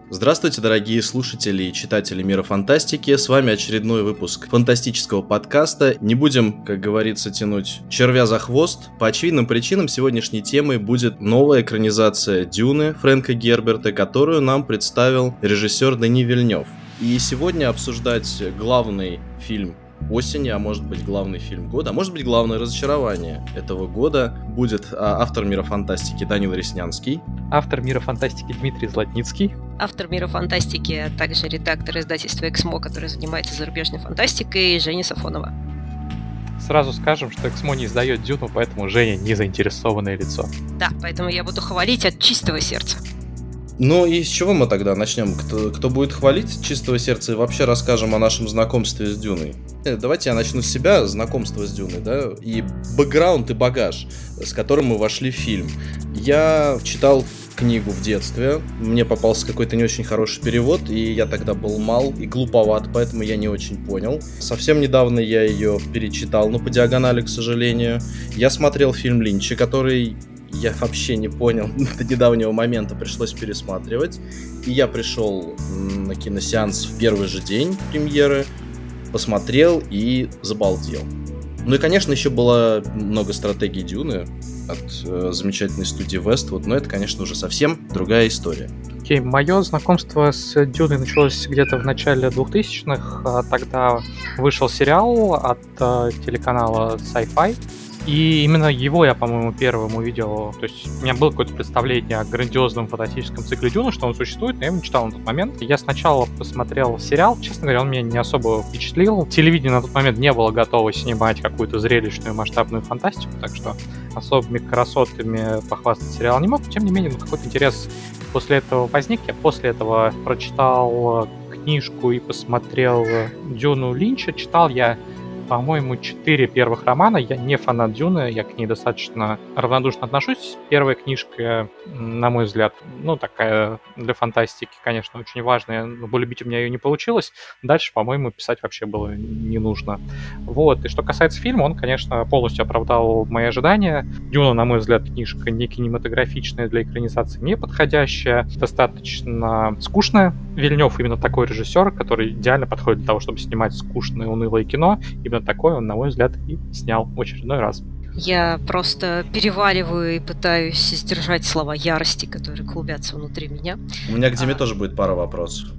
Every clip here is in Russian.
Здравствуйте, дорогие слушатели и читатели мира фантастики. С вами очередной выпуск фантастического подкаста. Не будем, как говорится, тянуть червя за хвост. По очевидным причинам сегодняшней темой будет новая экранизация Дюны Фрэнка Герберта, которую нам представил режиссер Дени Вильнёв. И сегодня обсуждать главный фильм осени, а может быть главный фильм года, а может быть главное разочарование этого года будет автор мира фантастики Данил Реснянский, автор мира фантастики Дмитрий Златницкий, автор мира фантастики, а также редактор издательства «Эксмо», который занимается зарубежной фантастикой, Женя Сафонова. Сразу скажем, что Эксмо не издает Дюну, поэтому Женя не заинтересованное лицо. Да, поэтому я буду хвалить от чистого сердца. Ну и с чего мы тогда начнем? Кто будет хвалить чистого сердца и вообще расскажем о нашем знакомстве с Дюной? Давайте я начну с себя, знакомство с Дюной, да, и бэкграунд и багаж, с которым мы вошли в фильм. Я читал книгу в детстве, мне попался какой-то не очень хороший перевод, и я тогда был мал и глуповат, поэтому я не очень понял. Совсем недавно я ее перечитал, но по диагонали, к сожалению. Я смотрел фильм Линча, который я вообще не понял до недавнего момента, пришлось пересматривать. И я пришел на киносеанс в первый же день премьеры, посмотрел и забалдел. Ну и, конечно, еще было много стратегий Дюны от замечательной студии Westwood, но это, конечно, уже совсем другая история. Окей, мое знакомство с Дюной началось где-то в начале 2000-х. Тогда вышел сериал от телеканала Sci-Fi. И именно его я, по-моему, первым увидел. То есть у меня было какое-то представление о грандиозном фантастическом цикле Дюна, что он существует, но я его не читал на тот момент. Я сначала посмотрел сериал, честно говоря, он меня не особо впечатлил. Телевидение на тот момент не было готово снимать какую-то зрелищную масштабную фантастику, так что особыми красотами похвастать сериал не мог. Тем не менее, какой-то интерес после этого возник. Я после этого прочитал книжку и посмотрел Дюну Линча. Читал я, по-моему, 4 первых романа. Я не фанат Дюны, я к ней достаточно равнодушно отношусь. Первая книжка, на мой взгляд, такая для фантастики, конечно, очень важная, но полюбить у меня ее не получилось. Дальше, по-моему, писать вообще было не нужно. Вот. И что касается фильма, он, конечно, полностью оправдал мои ожидания. Дюна, на мой взгляд, книжка не кинематографичная, для экранизации не подходящая, достаточно скучная. Вильнёв именно такой режиссер, который идеально подходит для того, чтобы снимать скучное, унылое кино. Именно такой он, на мой взгляд, и снял в очередной раз. Я просто перевариваю и пытаюсь сдержать слова ярости, которые клубятся внутри меня. У меня к Диме тоже будет пара вопросов.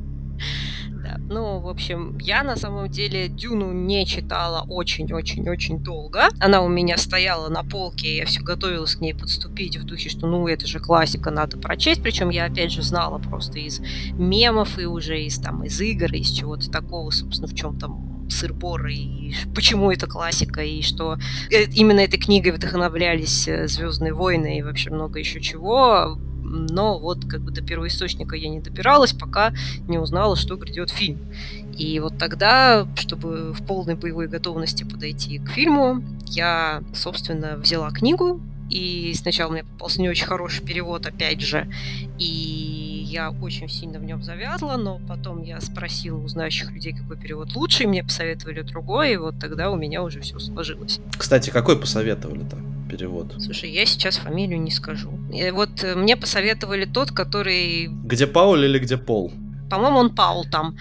Да. В общем, я на самом деле Дюну не читала очень-очень-очень долго. Она у меня стояла на полке, я все готовилась к ней подступить в духе, что это же классика, надо прочесть. Причем я, опять же, знала просто из мемов и уже из игр, из чего-то такого, собственно, в чем там сыр-бор, и почему это классика, и что именно этой книгой вдохновлялись «Звездные войны» и вообще много еще чего. Но до первоисточника я не добиралась, пока не узнала, что грядет фильм. И вот тогда, чтобы в полной боевой готовности подойти к фильму, я, собственно, взяла книгу, и сначала мне попался не очень хороший перевод, опять же, и я очень сильно в нем завязла, но потом я спросила у знающих людей, какой перевод лучше, и мне посоветовали другой, и вот тогда у меня уже все сложилось. Кстати, какой посоветовали-то перевод? Слушай, я сейчас фамилию не скажу. И вот мне посоветовали тот, который... Где Пауль или где Пол? По-моему, он Паул там.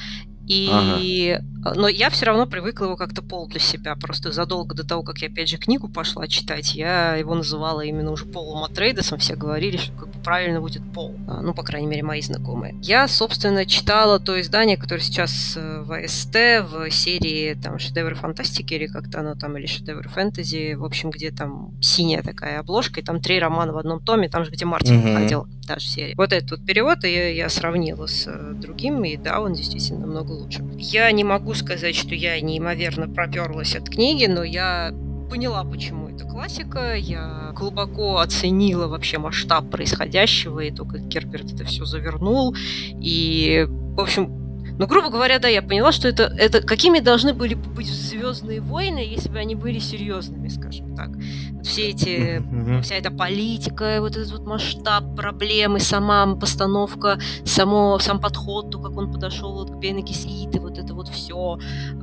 Но я все равно привыкла его как-то Пол для себя. Просто задолго до того, как я опять же книгу пошла читать, я его называла именно уже Полом Атрейдесом. Все говорили, что правильно будет Пол. По крайней мере, мои знакомые. Я, собственно, читала то издание, которое сейчас в АСТ, в серии «Шедевры фантастики» или как-то оно там, или «Шедевры фэнтези». В общем, где там синяя такая обложка, и там 3 романа в одном томе, там же, где Мартин выходил, та же серия. Вот этот перевод я сравнила с другим, и да, он действительно намного лучше. Я не могу сказать, что я неимоверно проперлась от книги, но я поняла, почему это классика. Я глубоко оценила вообще масштаб происходящего и то, как Герберт это все завернул. И, в общем, Ну, грубо говоря, да, я поняла, что это какими должны были бы быть «Звездные войны», если бы они были серьезными, скажем так. Вот все эти, вся эта политика, вот этот вот масштаб проблемы, сама постановка, сам подход, то, как он подошел вот к Бену Гессериту, вот это вот все.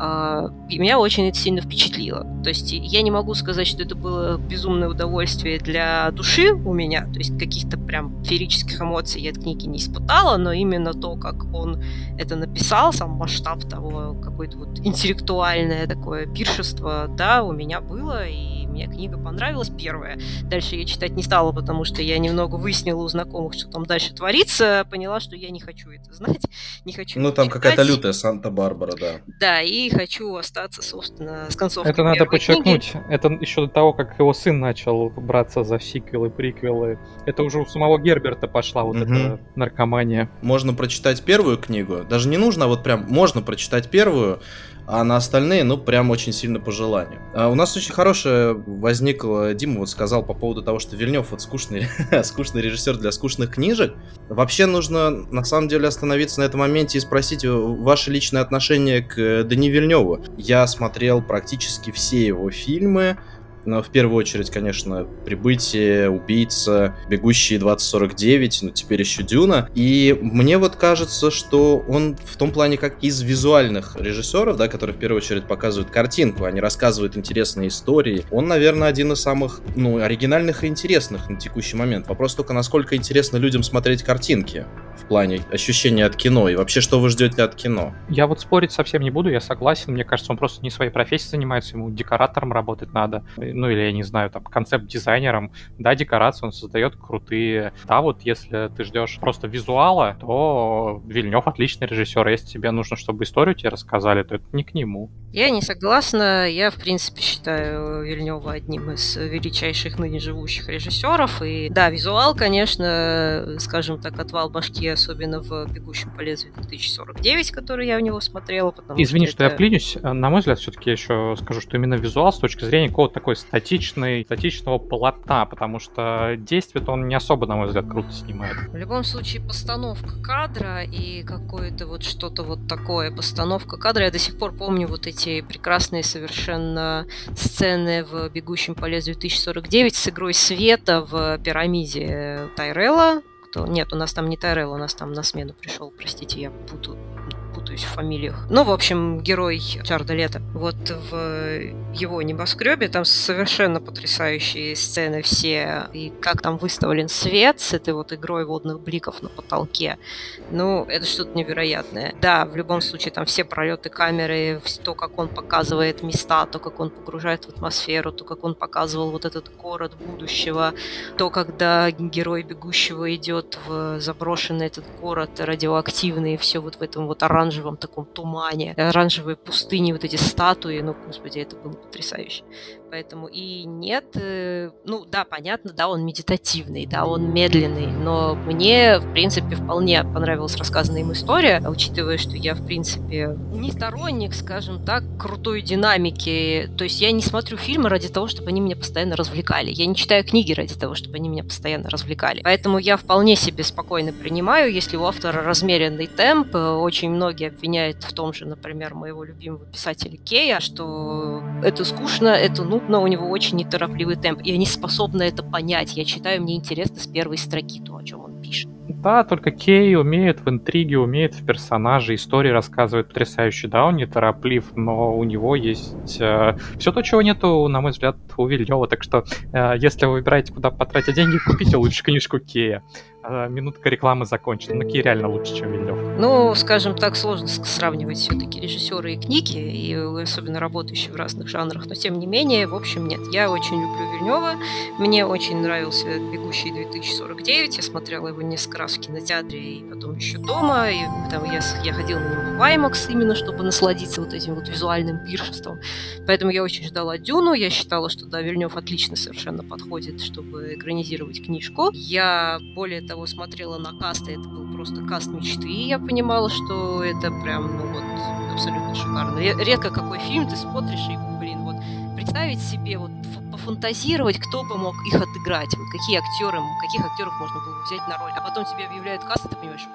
И меня очень это сильно впечатлило. То есть я не могу сказать, что это было безумное удовольствие для души у меня, то есть каких-то прям феерических эмоций я от книги не испытала, но именно то, как он это написал, сам масштаб того, какое-то вот интеллектуальное такое пиршество, да, у меня было, и мне книга понравилась первая. Дальше я читать не стала, потому что я немного выяснила у знакомых, что там дальше творится, поняла, что я не хочу это знать, не хочу Ну, это там читать. какая-то лютая Санта-Барбара, да. Да, и хочу остаться, собственно, с концовкой Это надо первой книги. подчеркнуть. Это еще до того, как его сын начал браться за сиквелы, приквелы. Это уже у самого Герберта пошла вот эта наркомания. Можно прочитать первую книгу, даже не нужно, а вот прям можно прочитать первую, а на остальные, ну, прям очень сильно по желанию. У нас очень хорошее возникло, Дима вот сказал по поводу того, что Вильнёв вот скучный, скучный режиссер для скучных книжек. Вообще нужно, на самом деле, остановиться на этом моменте и спросить ваше личное отношение к Дени Вильнёву. Я смотрел практически все его фильмы, но в первую очередь, конечно, «Прибытие», «Убийца», «Бегущие 2049», ну теперь еще «Дюна». И мне вот кажется, что он в том плане, как из визуальных режиссеров, да, которые в первую очередь показывают картинку, они рассказывают интересные истории, он, наверное, один из самых, оригинальных и интересных на текущий момент. Вопрос только, насколько интересно людям смотреть картинки в плане ощущения от кино, и вообще, что вы ждете от кино. Я вот спорить совсем не буду, я согласен. Мне кажется, он просто не своей профессией занимается, ему декоратором работать надо. Ну, или, я не знаю, там, концепт-дизайнером. Да, декорации он создает крутые. Да, вот если ты ждешь просто визуала, то Вильнёв отличный режиссер. Если тебе нужно, чтобы историю тебе рассказали, то это не к нему. Я не согласна. Я, в принципе, считаю Вильнёва одним из величайших ныне живущих режиссеров. И да, визуал, конечно, скажем так, отвал башки, особенно в «Бегущем по лезвию 2049», который я у него смотрела. Извини, что я вклинюсь. На мой взгляд, все-таки я еще скажу, что именно визуал с точки зрения какого-то такой статичного полотна, потому что действие-то он не особо, на мой взгляд, круто снимает. В любом случае, постановка кадра и какое-то вот что-то вот такое, постановка кадра. Я до сих пор помню вот эти прекрасные совершенно сцены в «Бегущем по лезвию 2049» с игрой света в пирамиде Тайрелла. Нет, у нас там не Тайрелл, у нас там на смену пришел, простите, я путаюсь в фамилиях. Ну, в общем, герой Джареда Лето. Вот в его небоскребе там совершенно потрясающие сцены все. И как там выставлен свет с этой вот игрой водных бликов на потолке. Ну, это что-то невероятное. Да, в любом случае, там все пролеты камеры, то, как он показывает места, то, как он погружает в атмосферу, то, как он показывал вот этот город будущего, то, когда герой бегущего идет в заброшенный этот город радиоактивный, все вот в этом вот оранжевом таком тумане, оранжевые пустыни, вот эти статуи, ну, господи, это было потрясающе. Поэтому и нет, ну, да, понятно, да, он медитативный, да, он медленный, но мне, в принципе, вполне понравилась рассказанная им история, учитывая, что я, в принципе, не сторонник, скажем так, крутой динамики, то есть я не смотрю фильмы ради того, чтобы они меня постоянно развлекали, я не читаю книги ради того, чтобы они меня постоянно развлекали, поэтому я вполне себе спокойно принимаю, если у автора размеренный темп. Очень многие обвиняют в том же, например, моего любимого писателя Кея, что это скучно, это нудно, у него очень неторопливый темп, и они способны это понять. Я читаю, мне интересно с первой строки то, о чем он пишет. Да, только Кей умеет в интриге, умеет в персонаже, истории рассказывает потрясающе. Да, он нетороплив, но у него есть все то, чего нету, на мой взгляд, у Вильнёва. Так что, если вы выбираете, куда потратить деньги, купите лучше книжку Кея. Минутка рекламы закончена. Но Кей реально лучше, чем Вильнёв. Ну, скажем так, сложно сравнивать все-таки режиссеры и книги, и особенно работающие в разных жанрах, но тем не менее, в общем, нет. Я очень люблю Вильнёва, мне очень нравился «Бегущий 2049», я смотрела его несколько раз в кинотеатре и потом еще дома, и там я ходила на него в IMAX именно, чтобы насладиться вот этим вот визуальным пиршеством. Поэтому я очень ждала «Дюну», я считала, что да, Вильнёв отлично совершенно подходит, чтобы экранизировать книжку. Я, более того, смотрела на каст, и это был просто каст мечты, и я понимала, что это прям, ну вот, абсолютно шикарно. Редко какой фильм ты смотришь, и, блин, вот, представить себе, вот, пофантазировать, кто бы мог их отыграть, вот, каких актеров можно было взять на роль, а потом тебе объявляют каст, и ты понимаешь, вау,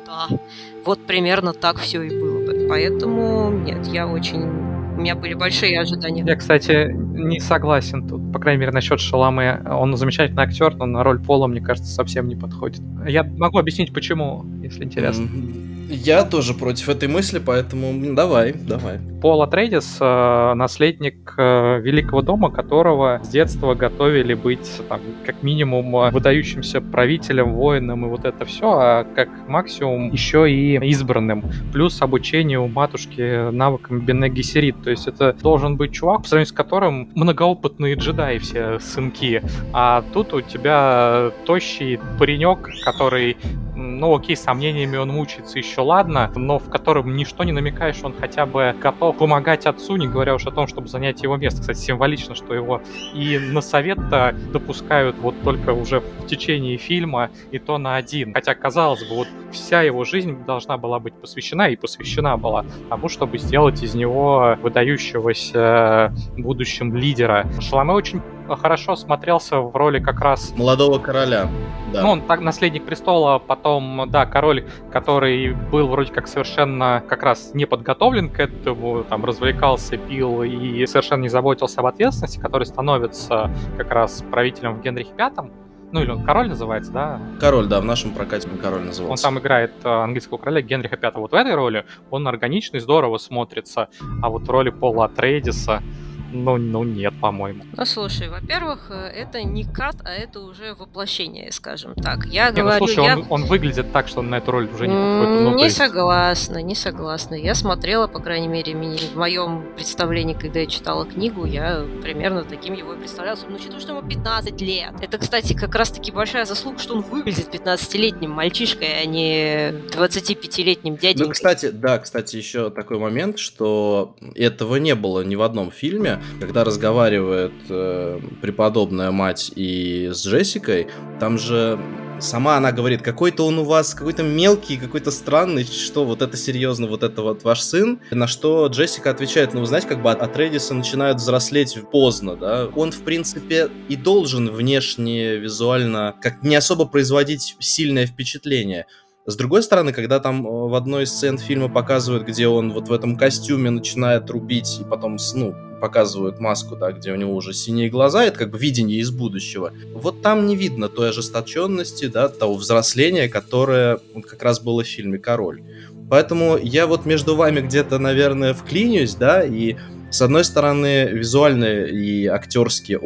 да, вот примерно так все и было бы. Поэтому нет, у меня были большие ожидания. Я, кстати, не согласен тут, по крайней мере, насчет Шаломе. Он замечательный актер, но на роль Пола, мне кажется, совсем не подходит. Я могу объяснить, почему, если интересно. Я тоже против этой мысли, поэтому давай. Пол Атрейдис наследник великого дома, которого с детства готовили быть там, как минимум выдающимся правителем, воином и вот это все, а как максимум еще и избранным. Плюс обучение у матушки навыкам Бене Гессерит. То есть это должен быть чувак, по сравнению с которым многоопытные джедаи все сынки. А тут у тебя тощий паренек, который, ну окей, сомнениями он мучается, еще ладно, но в котором ничто не намекает, что он хотя бы готов помогать отцу, не говоря уж о том, чтобы занять его место. Кстати, символично, что его и на совет-то допускают вот только уже в течение фильма, и то на один. Хотя, казалось бы, вот вся его жизнь должна была быть посвящена, и посвящена была тому, чтобы сделать из него выдающегося будущим лидера. Шаломе очень хорошо смотрелся в роли как раз Молодого короля. Да. Ну, он так наследник престола, потом, да, король, который был вроде как совершенно как раз не подготовлен к этому, там, развлекался, пил и совершенно не заботился об ответственности, который становится как раз правителем в Генрихе V. Ну, или он король называется, да? Король, да, в нашем прокате он король назывался. Он там играет английского короля Генриха V. Вот в этой роли он органично и здорово смотрится, а вот в роли Пола Атрейдиса ну нет, по-моему. Ну, слушай, во-первых, это не кат, а это уже воплощение, скажем так. Я Не, говорю, ну слушай, он выглядит так, что он на эту роль уже не подходит. Ну, не согласна. Я смотрела, по крайней мере, в моем представлении, когда я читала книгу, я примерно таким его и представляла. Ну, учитывая, что ему 15 лет. Это, кстати, как раз-таки большая заслуга, что он выглядит 15-летним мальчишкой, а не 25-летним дяденькой. Ну, кстати, еще такой момент, что этого не было ни в одном фильме. Когда разговаривает преподобная мать и с Джессикой, там же сама она говорит, какой-то он у вас, какой-то мелкий, какой-то странный, что вот это серьезно, вот это вот ваш сын. На что Джессика отвечает, ну, вы знаете, как бы Атрейдисы начинают взрослеть поздно, да. Он, в принципе, и должен внешне, визуально, как не особо производить сильное впечатление. С другой стороны, когда там в одной из сцен фильма показывают, где он вот в этом костюме начинает рубить, и потом, показывают маску, да, где у него уже синие глаза, это как бы видение из будущего. Вот там не видно той ожесточенности, да, того взросления, которое как раз было в фильме «Король». Поэтому я вот между вами где-то, наверное, вклинюсь, да, и с одной стороны, визуально и актерски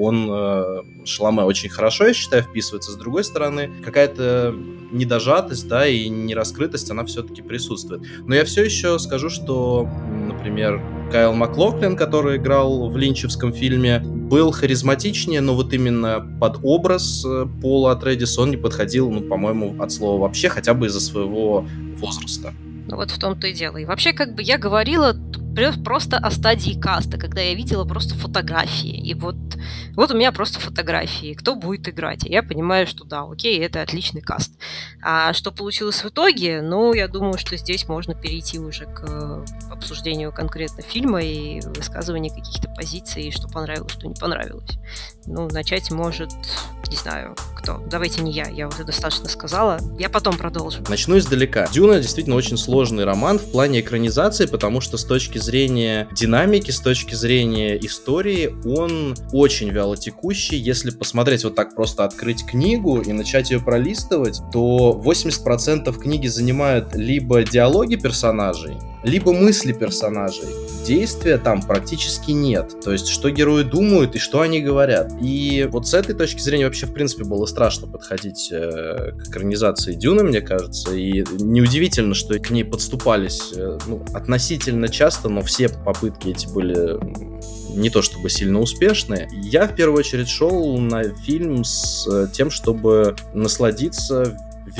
Шаломе очень хорошо, я считаю, вписывается. С другой стороны, какая-то недожатость, да, и нераскрытость, она все-таки присутствует. Но я все еще скажу, что, например, Кайл Маклохлин, который играл в линчевском фильме, был харизматичнее, но вот именно под образ Пола Атрейдиса он не подходил, по-моему, от слова вообще, хотя бы из-за своего возраста. Ну вот в том-то и дело. И вообще, как бы я говорила просто о стадии каста, когда я видела просто фотографии. И вот у меня просто фотографии, кто будет играть. И я понимаю, что да, окей, это отличный каст. А что получилось в итоге? Ну, я думаю, что здесь можно перейти уже к обсуждению конкретно фильма и высказыванию каких-то позиций, что понравилось, что не понравилось. Ну, начать может, не знаю, кто. Давайте не я уже достаточно сказала. Я потом продолжу. Начну издалека. «Дюна» действительно очень сложный роман в плане экранизации, потому что с точки зрения динамики, с точки зрения истории, он очень вялотекущий. Если посмотреть вот так, просто открыть книгу и начать ее пролистывать, то 80% книги занимают либо диалоги персонажей, либо мысли персонажей. Действия там практически нет. То есть, что герои думают и что они говорят. И вот с этой точки зрения вообще, в принципе, было страшно подходить к экранизации «Дюны», мне кажется. И неудивительно, что к ней подступались относительно часто, но все попытки эти были не то чтобы сильно успешные. Я в первую очередь шел на фильм с тем, чтобы насладиться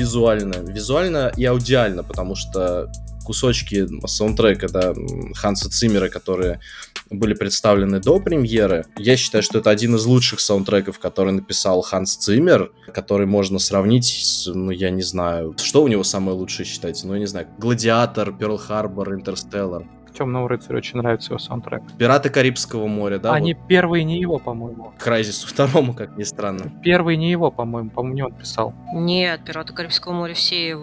визуально и аудиально, потому что кусочки саундтрека, да, Ханса Циммера, которые были представлены до премьеры. Я считаю, что это один из лучших саундтреков, который написал Ханс Циммер, который можно сравнить с, я не знаю, что у него самое лучшее считаете? Я не знаю, «Гладиатор», «Перл Харбор», «Интерстеллар». «Темному рыцарю» очень нравится его саундтрек. «Пираты Карибского моря», да? Они первые не его, по-моему. «Крайзису второму», как ни странно. Первый не его, по-моему не он писал. Нет, «Пираты Карибского моря» все его.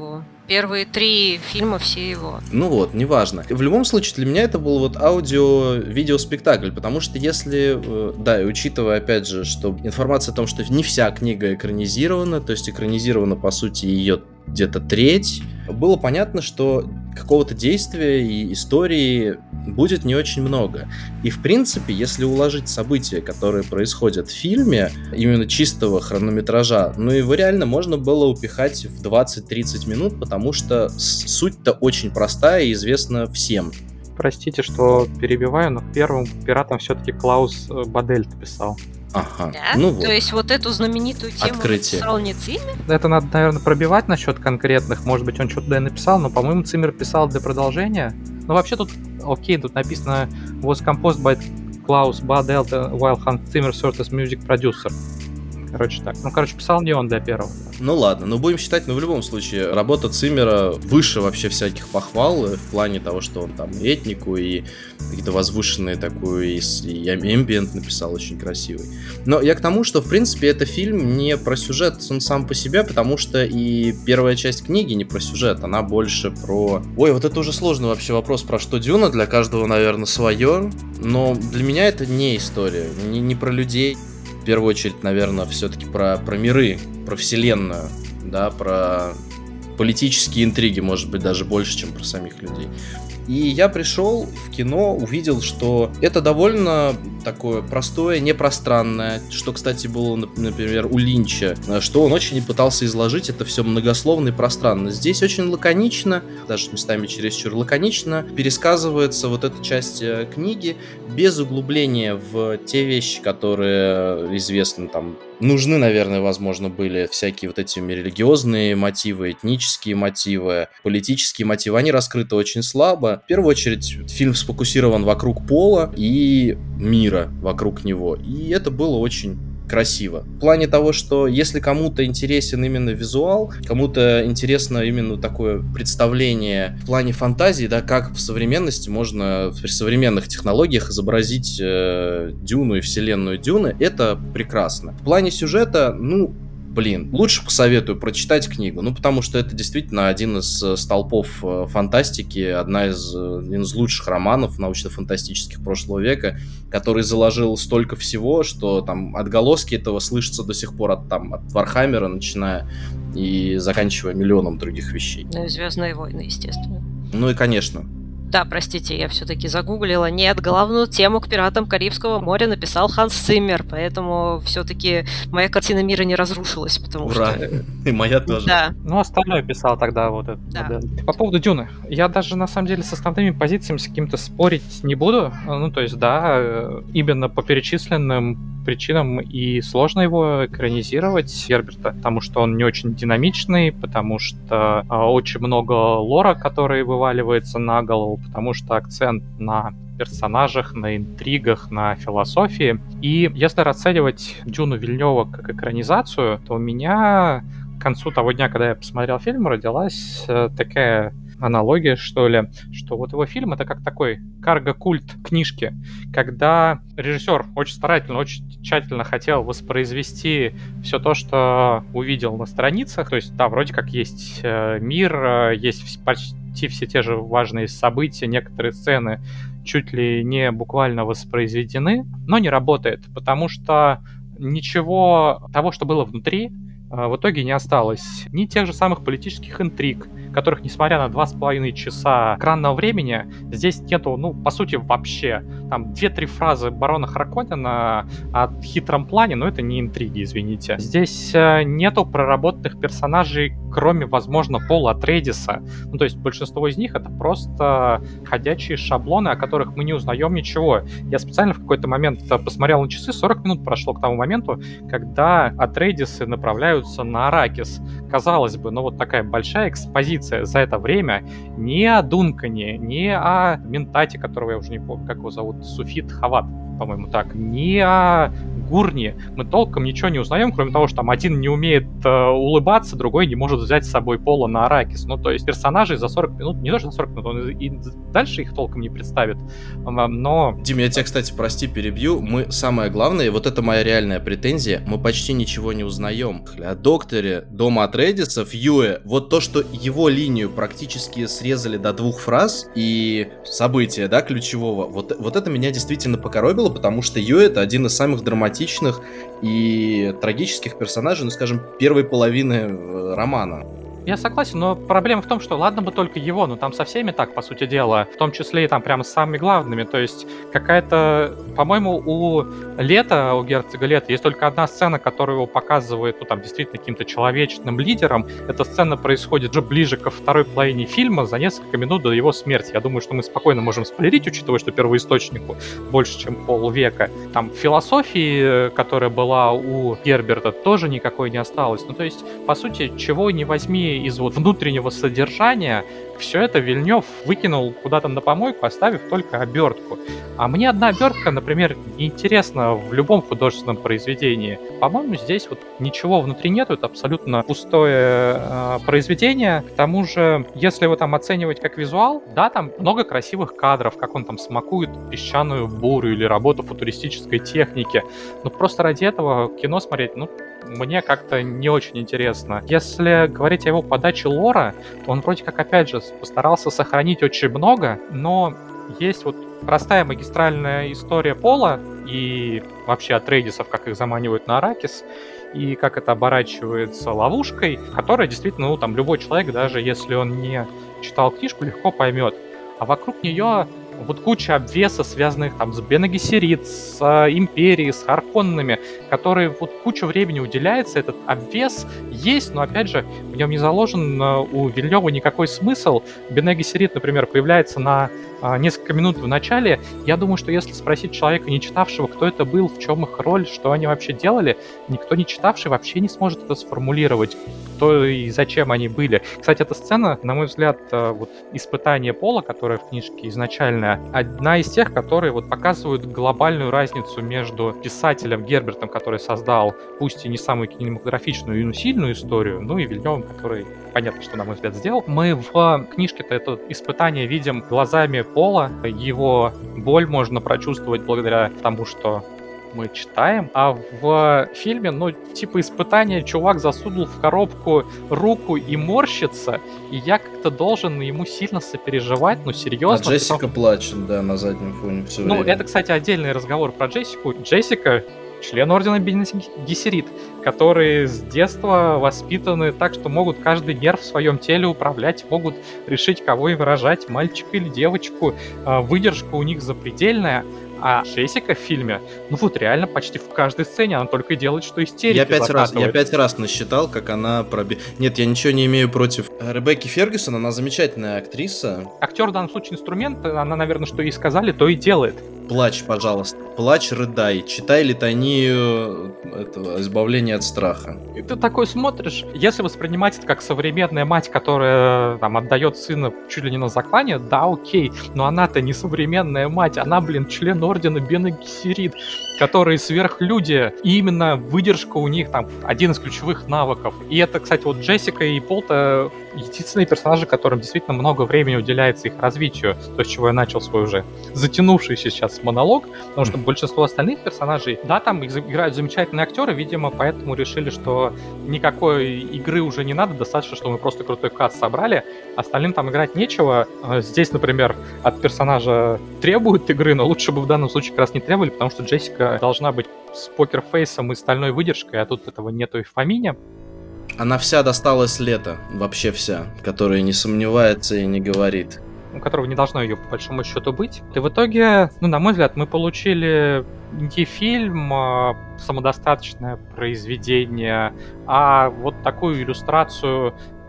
Первые 3 фильма все его. Ну вот, неважно. В любом случае, для меня это был вот аудио-видеоспектакль, потому что если, да, и учитывая, опять же, что информация о том, что не вся книга экранизирована, то есть экранизирована, по сути, ее где-то треть, было понятно, что какого-то действия и истории будет не очень много. И, в принципе, если уложить события, которые происходят в фильме, именно чистого хронометража, ну, его реально можно было упихать в 20-30 минут, потому что суть-то очень простая и известна всем. Простите, что перебиваю, но первым пиратом все-таки Клаус Бадель писал. Ага, Да? ну вот. То есть вот эту знаменитую тему Открытие. написал не Циммер? Это надо, наверное, пробивать насчет конкретных. Может быть, он что-то да и написал, но, по-моему, Циммер писал для продолжения. Но вообще тут, окей, тут написано was composed by Klaus Badelt while Hans Zimmer served as music producer. Короче, так. Ну, короче, писал не он для первого. Ну ладно, но будем считать, но в любом случае, работа Циммера выше вообще всяких похвал в плане того, что он там и этнику, и какие-то возвышенные такую, и эмбиент написал очень красивый. Но я к тому, что, в принципе, это фильм не про сюжет, он сам по себе, потому что и первая часть книги не про сюжет, она больше про... Ой, вот это уже сложный вообще вопрос, про что Дюна, для каждого, наверное, свое, но для меня это не история, не про людей. В первую очередь, наверное, все-таки про миры, про вселенную, да, про политические интриги, может быть, даже больше, чем про самих людей. И я пришел в кино, увидел, что это довольно такое простое, непространное, что, кстати, было, например, у Линча, что он очень пытался изложить это все многословно и пространно. Здесь очень лаконично, даже местами чересчур лаконично, пересказывается вот эта часть книги, без углубления в те вещи, которые известны там. Нужны, наверное, возможно, были всякие вот эти религиозные мотивы, этнические мотивы, политические мотивы. Они раскрыты очень слабо. В первую очередь, фильм сфокусирован вокруг Пола и мира вокруг него. И это было очень красиво. В плане того, что если кому-то интересен именно визуал, кому-то интересно именно такое представление в плане фантазии, да, как в современности можно при современных технологиях изобразить Дюну и вселенную Дюны, это прекрасно. В плане сюжета, лучше посоветую прочитать книгу, потому что это действительно один из столпов фантастики, один из лучших романов научно-фантастических прошлого века, который заложил столько всего, что там отголоски этого слышатся до сих пор от Вархаммера, начиная и заканчивая миллионом других вещей. Ну и «Звездные войны», естественно. Ну и, конечно. Да, простите, я все-таки загуглила. Нет, главную тему к «Пиратам Карибского моря» написал Ханс Циммер, поэтому все-таки моя картина мира не разрушилась, потому Ура! что... И моя тоже. Да. Ну, остальное писал тогда вот этот модель. По поводу Дюны. Я даже, на самом деле, с основными позициями с каким-то спорить не буду. Ну, то есть, да, именно по перечисленным причинам и сложно его экранизировать, Герберта, потому что он не очень динамичный, потому что очень много лора, который вываливается на голову, потому что акцент на персонажах, на интригах, на философии. И если расценивать Дюну Вильнёва как экранизацию, то у меня к концу того дня, когда я посмотрел фильм, родилась такая аналогия, что ли, что вот его фильм — это как такой карго-культ книжки, когда режиссер очень старательно, очень тщательно хотел воспроизвести все то, что увидел на страницах, то есть, да, вроде как есть мир, есть почти все те же важные события, некоторые сцены чуть ли не буквально воспроизведены, но не работает, потому что ничего того, что было внутри, в итоге не осталось. Ни тех же самых политических интриг, которых, несмотря на 2,5 часа экранного времени, здесь нету, по сути, вообще. Там 2-3 фразы барона Харконнена о хитром плане, но это не интриги, извините. Здесь нету проработанных персонажей, кроме, возможно, Пола Атрейдиса. То есть большинство из них — это просто ходячие шаблоны, о которых мы не узнаем ничего. Я специально в какой-то момент посмотрел на часы, 40 минут прошло к тому моменту, когда Атрейдисы направляются на Аракис. Казалось бы, вот такая большая экспозиция за это время ни о Дункане, ни о Ментате, которого я уже не помню, как его зовут, Суфит Хават, по-моему, так, ни о Гурни мы толком ничего не узнаем, кроме того, что там один не умеет улыбаться, другой не может взять с собой Пола на Аракис. Ну, то есть персонажей за 40 минут, не то, что за 40 минут, он и дальше их толком не представит, но... Дим, я тебя, кстати, прости, перебью. Мы, самое главное, вот это моя реальная претензия, мы почти ничего не узнаем. О докторе Дома Атрейдисов, Юэ, вот то, что его линию практически срезали до 2 фраз и события, да, ключевого, вот это меня действительно покоробило, потому что Юэ — это один из самых драматичных и трагических персонажей, ну, скажем, первой половины романа. Я согласен, но проблема в том, что ладно бы только его, но там со всеми так, по сути дела, в том числе и там прямо с самыми главными, то есть какая-то, по-моему, у герцога Лета есть только одна сцена, которая его показывает, ну там действительно каким-то человечным лидером. Эта сцена происходит уже ближе ко второй половине фильма, за несколько минут до его смерти. Я думаю, что мы спокойно можем спойлерить, учитывая, что первоисточнику больше, чем полвека. Там философии, которая была у Герберта, тоже никакой не осталось. Ну то есть, по сути, чего не возьми из вот внутреннего содержания, все это Вильнёв выкинул куда-то на помойку, оставив только обертку. А мне одна обертка, например, неинтересна в любом художественном произведении. По-моему, здесь вот ничего внутри нету, это абсолютно пустое произведение. К тому же, если его там оценивать как визуал, да, там много красивых кадров, как он там смакует песчаную бурю или работу футуристической техники. Но просто ради этого кино смотреть, ну, мне как-то не очень интересно. Если говорить о его подаче лора, то он вроде как, опять же, постарался сохранить очень много, но есть вот простая магистральная история Пола и вообще Атрейдисов, как их заманивают на Аракис, и как это оборачивается ловушкой, которая действительно, ну, там, любой человек, даже если он не читал книжку, легко поймет. А вокруг нее вот куча обвеса, связанных там с Бене Гессерит, с Империей, с Харконнами, которые вот кучу времени уделяется, этот обвес есть, но опять же в нем не заложен у Вильнёва никакой смысл. Бене Гессерит, например, появляется на несколько минут в начале. Я думаю, что если спросить человека, не читавшего, кто это был, в чем их роль, что они вообще делали, никто не читавший вообще не сможет это сформулировать, кто и зачем они были. Кстати, эта сцена, на мой взгляд, вот испытание Пола, которое в книжке изначальная, одна из тех, которые вот показывают глобальную разницу между писателем Гербертом, который создал, пусть и не самую кинематографичную и сильную историю, ну и Вильнёвым, который, понятно, что, на мой взгляд, сделал. Мы в книжке-то это испытание видим глазами Пола, его боль можно прочувствовать благодаря тому, что мы читаем, а в фильме, ну, типа испытания, чувак засунул в коробку руку и морщится, и я как-то должен ему сильно сопереживать, ну, серьезно. А Джессика плачет, да, на заднем фоне все время. Ну, это, кстати, отдельный разговор про Джессику. Джессика член Ордена Бене Гессерит, которые с детства воспитаны так, что могут каждый нерв в своем теле управлять, могут решить, кого им рожать, мальчика или девочку. Выдержка у них запредельная. А Джессика в фильме, ну вот реально почти в каждой сцене она только и делает, что истерики Я 5 раз насчитал, как она Нет, я ничего не имею против Ребекки Фергюсон, она замечательная актриса. Актер в данном случае инструмент, она, наверное, что ей сказали, то и делает. Плачь, пожалуйста. Плачь, рыдай. Читай литанию избавления от страха. И ты такой смотришь, если воспринимать это как современная мать, которая там отдает сына чуть ли не на заклание, да, окей, но она-то не современная мать, она, блин, член Ордена Бене Гессерит, которые сверхлюди, и именно выдержка у них там один из ключевых навыков. И это, кстати, вот Джессика и Пол-то единственные персонажи, которым действительно много времени уделяется их развитию, то, с чего я начал свой уже затянувшийся сейчас монолог, потому что большинство остальных персонажей, да, там играют замечательные актеры, видимо, поэтому решили, что никакой игры уже не надо, достаточно, что мы просто крутой каст собрали, остальным там играть нечего. Здесь, например, от персонажа требуют игры, но лучше бы в данном случае как раз не требовали, потому что Джессика должна быть с покерфейсом и стальной выдержкой, а тут этого нету и в помине. Она вся досталась Лето, вообще вся, которая не сомневается и не говорит. У которого не должно ее по большому счету быть. И в итоге, ну, на мой взгляд, мы получили не фильм, самодостаточное произведение, а вот такую иллюстрацию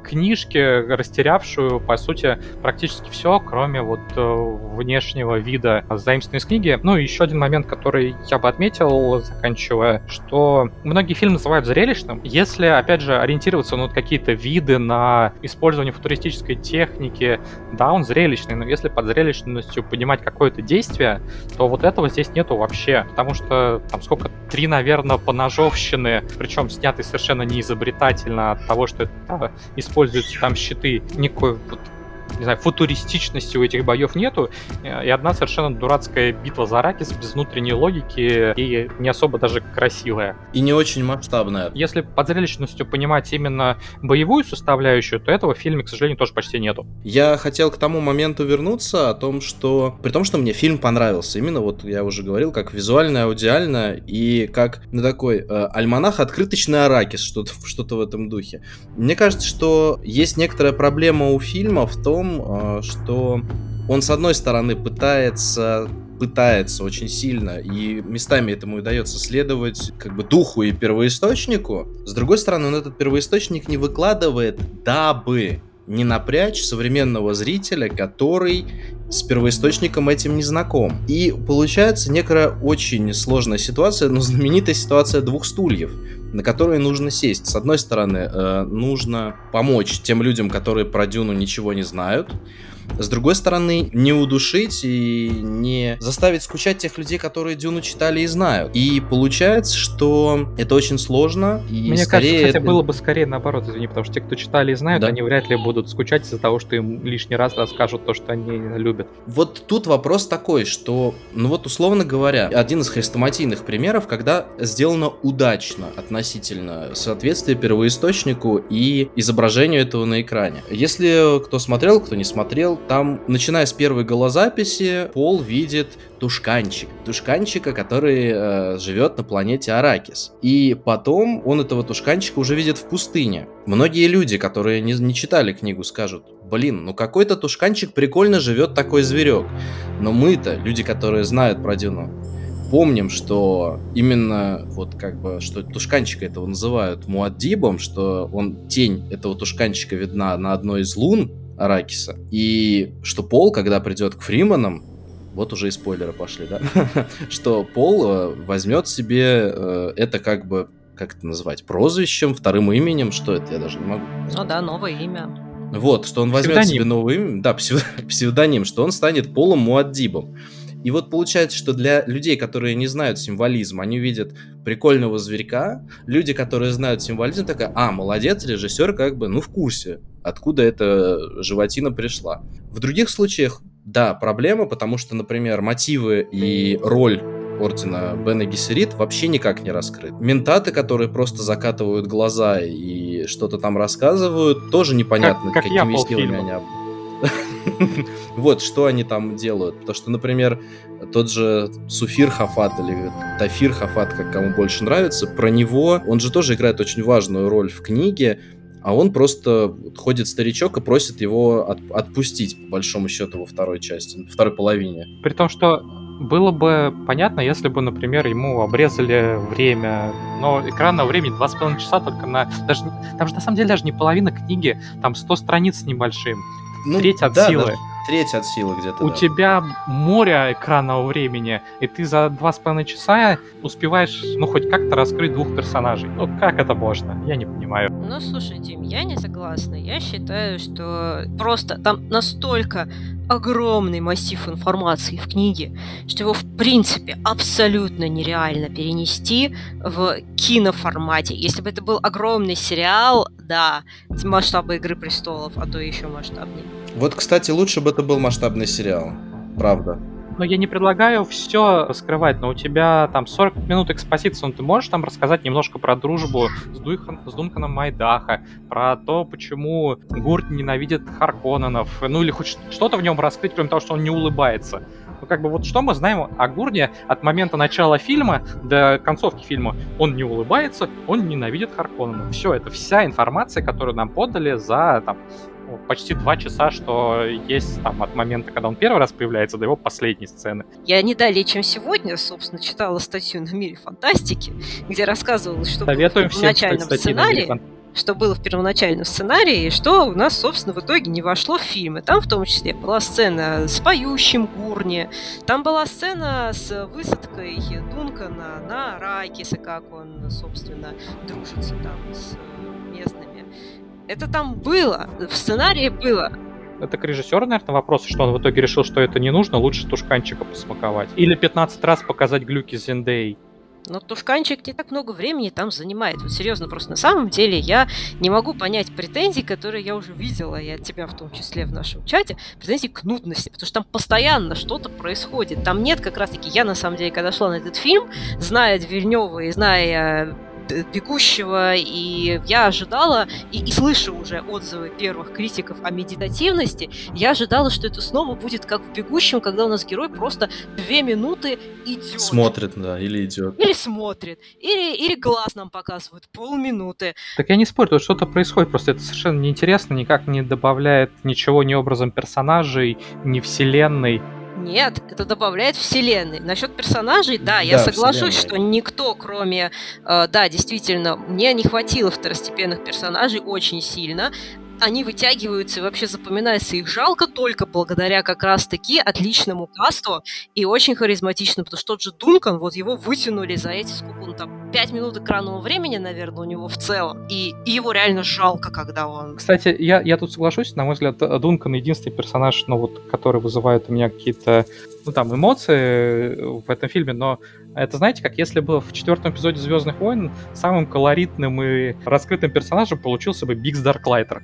книжки, растерявшую, по сути, практически все, кроме вот внешнего вида, заимствованной из книги. Ну и еще один момент, который я бы отметил, заканчивая, что многие фильмы называют зрелищным. Если, опять же, ориентироваться на вот какие-то виды, на использование футуристической техники, да, он зрелищный, но если под зрелищностью понимать какое-то действие, то вот этого здесь нету вообще. Потому что там сколько? 3, наверное, поножовщины, причем снятые совершенно неизобретательно от того, что это используются там щиты, никакой вот, не знаю, футуристичности у этих боев нету, и одна совершенно дурацкая битва за Аракис без внутренней логики и не особо даже красивая. И не очень масштабная. Если под зрелищностью понимать именно боевую составляющую, то этого в фильме, к сожалению, тоже почти нету. Я хотел к тому моменту вернуться, о том, что... При том, что мне фильм понравился, именно вот я уже говорил, как визуально, аудиально и как, ну, такой альманах «Открыточный Аракис», что-то в этом духе. Мне кажется, что есть некоторая проблема у фильма в том, что он, с одной стороны, пытается очень сильно, и местами этому удается следовать как бы духу и первоисточнику. С другой стороны, он этот первоисточник не выкладывает, дабы не напрячь современного зрителя, который с первоисточником этим не знаком. И получается некая очень сложная ситуация, но знаменитая ситуация двух стульев, на которые нужно сесть. С одной стороны, нужно помочь тем людям, которые про Дюну ничего не знают. С другой стороны, не удушить и не заставить скучать тех людей, которые Дюну читали и знают. И получается, что это очень сложно. И мне кажется, кстати, было бы скорее наоборот, извини, потому что те, кто читали и знают, да, они вряд ли будут скучать из-за того, что им лишний раз расскажут то, что они любят. Вот тут вопрос такой, что, ну вот условно говоря, один из хрестоматийных примеров, когда сделано удачно относительно соответствия первоисточнику и изображению этого на экране. Если кто смотрел, кто не смотрел, там, начиная с первой голозаписи, Пол видит тушканчика, который живет на планете Аракис. И потом он этого тушканчика уже видит в пустыне. Многие люди, которые не читали книгу, скажут: блин, ну какой-то тушканчик прикольно живет такой зверек. Но мы-то, люди, которые знают про Дюну, помним, что именно вот как бы, что тушканчика этого называют Муаддибом, что тень этого тушканчика видна на одной из лун Аракиса, и что Пол, когда придет к Фриманам, вот уже и спойлеры пошли, да, что Пол возьмет себе это как бы, как это назвать, прозвищем, вторым именем, что это, я даже не могу. Ну да, новое имя. Вот, что он возьмет себе новое имя, да, псевдоним, что он станет Полом Муаддибом. И вот получается, что для людей, которые не знают символизм, они видят прикольного зверька. Люди, которые знают символизм, такая: молодец, режиссер как бы, в курсе, откуда эта животина пришла. В других случаях, да, проблема, потому что, например, мотивы и роль ордена Бене Гессерит вообще никак не раскрыт. Ментаты, которые просто закатывают глаза и что-то там рассказывают, тоже непонятно, какими силами они... Вот, что они там делают. Потому что, например, тот же Суфир Хафат или Тафир Хафат, как кому больше нравится, про него, он же тоже играет очень важную роль в книге, а он просто ходит старичок и просит его отпустить, по большому счету, во второй части, второй половине. При том, что было бы понятно, если бы, например, ему обрезали время, но экранного времени 2,5 часа только на... Там же на самом деле даже не половина книги, там 100 страниц с небольшим. Треть от силы. Треть от силы где-то. У тебя море экранного времени, и ты за 2,5 часа успеваешь, хоть как-то раскрыть двух персонажей. Как это можно? Я не понимаю. Слушай, Дим, я не согласна. Я считаю, что просто там настолько огромный массив информации в книге, что его, в принципе, абсолютно нереально перенести в киноформате. Если бы это был огромный сериал, да, масштабы «Игры престолов», а то еще масштабнее. Вот, кстати, лучше бы это был масштабный сериал, правда. Но я не предлагаю все раскрывать, но у тебя там 40 минут экспозиции, ты можешь там рассказать немножко про дружбу с Дунканом Майдаха, про то, почему Гурт ненавидит Харконненов, или хоть что-то в нем раскрыть, кроме того, что он не улыбается. Что мы знаем о Гурне от момента начала фильма до концовки фильма? Он не улыбается, он ненавидит Харконненов. Все, это вся информация, которую нам подали за почти 2 часа, что есть там от момента, когда он первый раз появляется, до его последней сцены. Я не далее, чем сегодня, собственно, читала статью на Мире Фантастики, где рассказывалось, что было в начальном сценарии. что было в первоначальном сценарии, и что у нас, собственно, в итоге не вошло в фильм. И там в том числе была сцена с поющим Гурни, там была сцена с высадкой Дункана на Аракис, и как он, собственно, дружится там с местными. Это там было, в сценарии было. Это к режиссеру, наверное, вопрос, что он в итоге решил, что это не нужно, лучше тушканчика посмаковать. Или 15 раз показать глюки Зендей. Но тушканчик не так много времени там занимает. Вот серьезно, просто на самом деле я не могу понять претензий, которые я уже видела, и от тебя в том числе в нашем чате, претензий к нудности, потому что там постоянно что-то происходит. Там нет как раз-таки, я на самом деле, когда шла на этот фильм, зная Вильнёва и зная «Бегущего», и я ожидала, и слыша уже отзывы первых критиков о медитативности, я ожидала, что это снова будет как в «Бегущем», когда у нас герой просто 2 минуты идет. Смотрит, да, или идет. Или смотрит, или глаз нам показывают полминуты. Так я не спорю, тут что-то происходит, просто это совершенно неинтересно, никак не добавляет ничего ни образом персонажей, ни вселенной. Нет, это добавляет вселенной. Насчет персонажей, да, я соглашусь, вселенной. что никто, кроме... да, действительно, мне не хватило второстепенных персонажей очень сильно. Они вытягиваются и вообще запоминается их жалко только благодаря как раз-таки отличному касту и очень харизматичному, потому что тот же Дункан, вот его вытянули за эти, сколько он там, 5 минут экранного времени, наверное, у него в целом, и его реально жалко, когда он... Кстати, я тут соглашусь, на мой взгляд, Дункан единственный персонаж, ну вот, который вызывает у меня какие-то, ну там, эмоции в этом фильме, но это, знаете, как если бы в 4-м эпизоде «Звездных войн» самым колоритным и раскрытым персонажем получился бы Бигс Дарклайтер.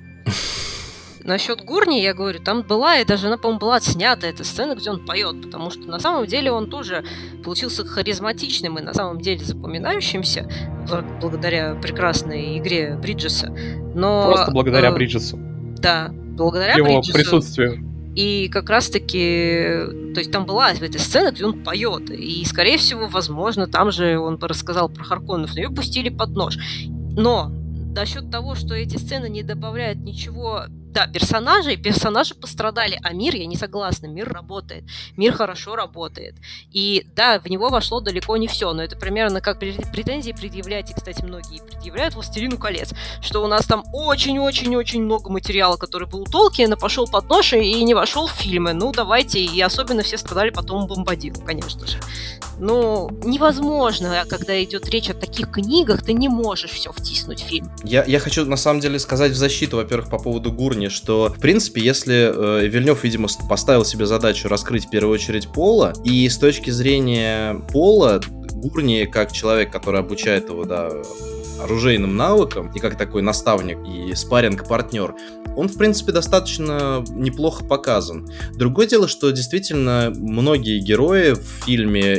Насчет Гурни, я говорю, там была, и даже она, по-моему, была снята эта сцена, где он поет, потому что на самом деле он тоже получился харизматичным и на самом деле запоминающимся благодаря прекрасной игре Бриджеса. Но, Просто благодаря Бриджесу. Да, благодаря его Бриджесу. присутствию. И как раз-таки, то есть там была эта сцена, где он поет, и, скорее всего, возможно, там же он рассказал про Харконненов, но ее пустили под нож. Но насчет того, что эти сцены не добавляют ничего... Да, персонажи пострадали, а мир, я не согласна, мир работает, мир хорошо работает. И да, в него вошло далеко не все, но это примерно как претензии предъявлять, и, кстати, многие предъявляют «Властелину колец», что у нас там очень-очень-очень много материала, который был у Толкиена, пошел под нож и не вошел в фильмы. Ну, давайте, и особенно все страдали потом Бомбадилу, конечно же. Ну, невозможно, когда идет речь о таких книгах, ты не можешь все втиснуть в фильм. Я хочу, на самом деле, сказать в защиту, во-первых, по поводу Гурни, что, в принципе, если Вильнёв, видимо, поставил себе задачу раскрыть в первую очередь Пола, и с точки зрения Пола, Гурни, как человек, который обучает его, да, оружейным навыкам, и как такой наставник и спарринг-партнер, он, в принципе, достаточно неплохо показан. Другое дело, что действительно многие герои в фильме,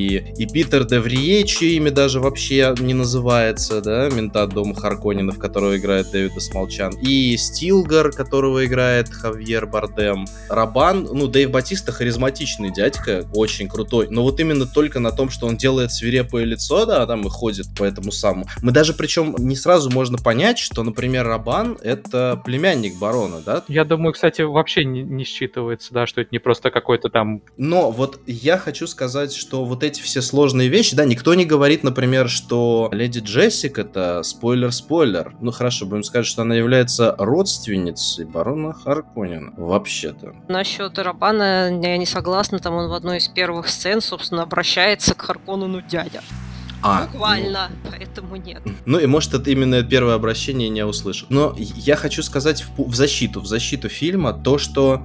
и Питер де Врие, чье имя даже вообще не называется, да, ментат дома Харконненов, которого играет Дэвид Смолчан, и Стилгар, которого играет Хавьер Бардем, Рабан, ну, Дэйв Батиста харизматичный дядька, очень крутой, но вот именно только на том, что он делает свирепое лицо, да, там и ходит по этому самому. Мы даже, причем, не сразу можно понять, что, например, Рабан — это племянник барона, да? Я думаю, кстати, вообще не считывается, да, что это не просто какой-то там... Но вот я хочу сказать, что вот эти все сложные вещи, да, никто не говорит, например, что леди Джессик — это спойлер. Ну хорошо, будем сказать, что она является родственницей барона Харконнена, вообще-то. Насчет Рабана я не согласна, там он в одной из первых сцен, собственно, обращается к Харконнену дядя. Буквально, поэтому нет. Ну и может это именно первое обращение не услышал. Но я хочу сказать в защиту фильма то, что,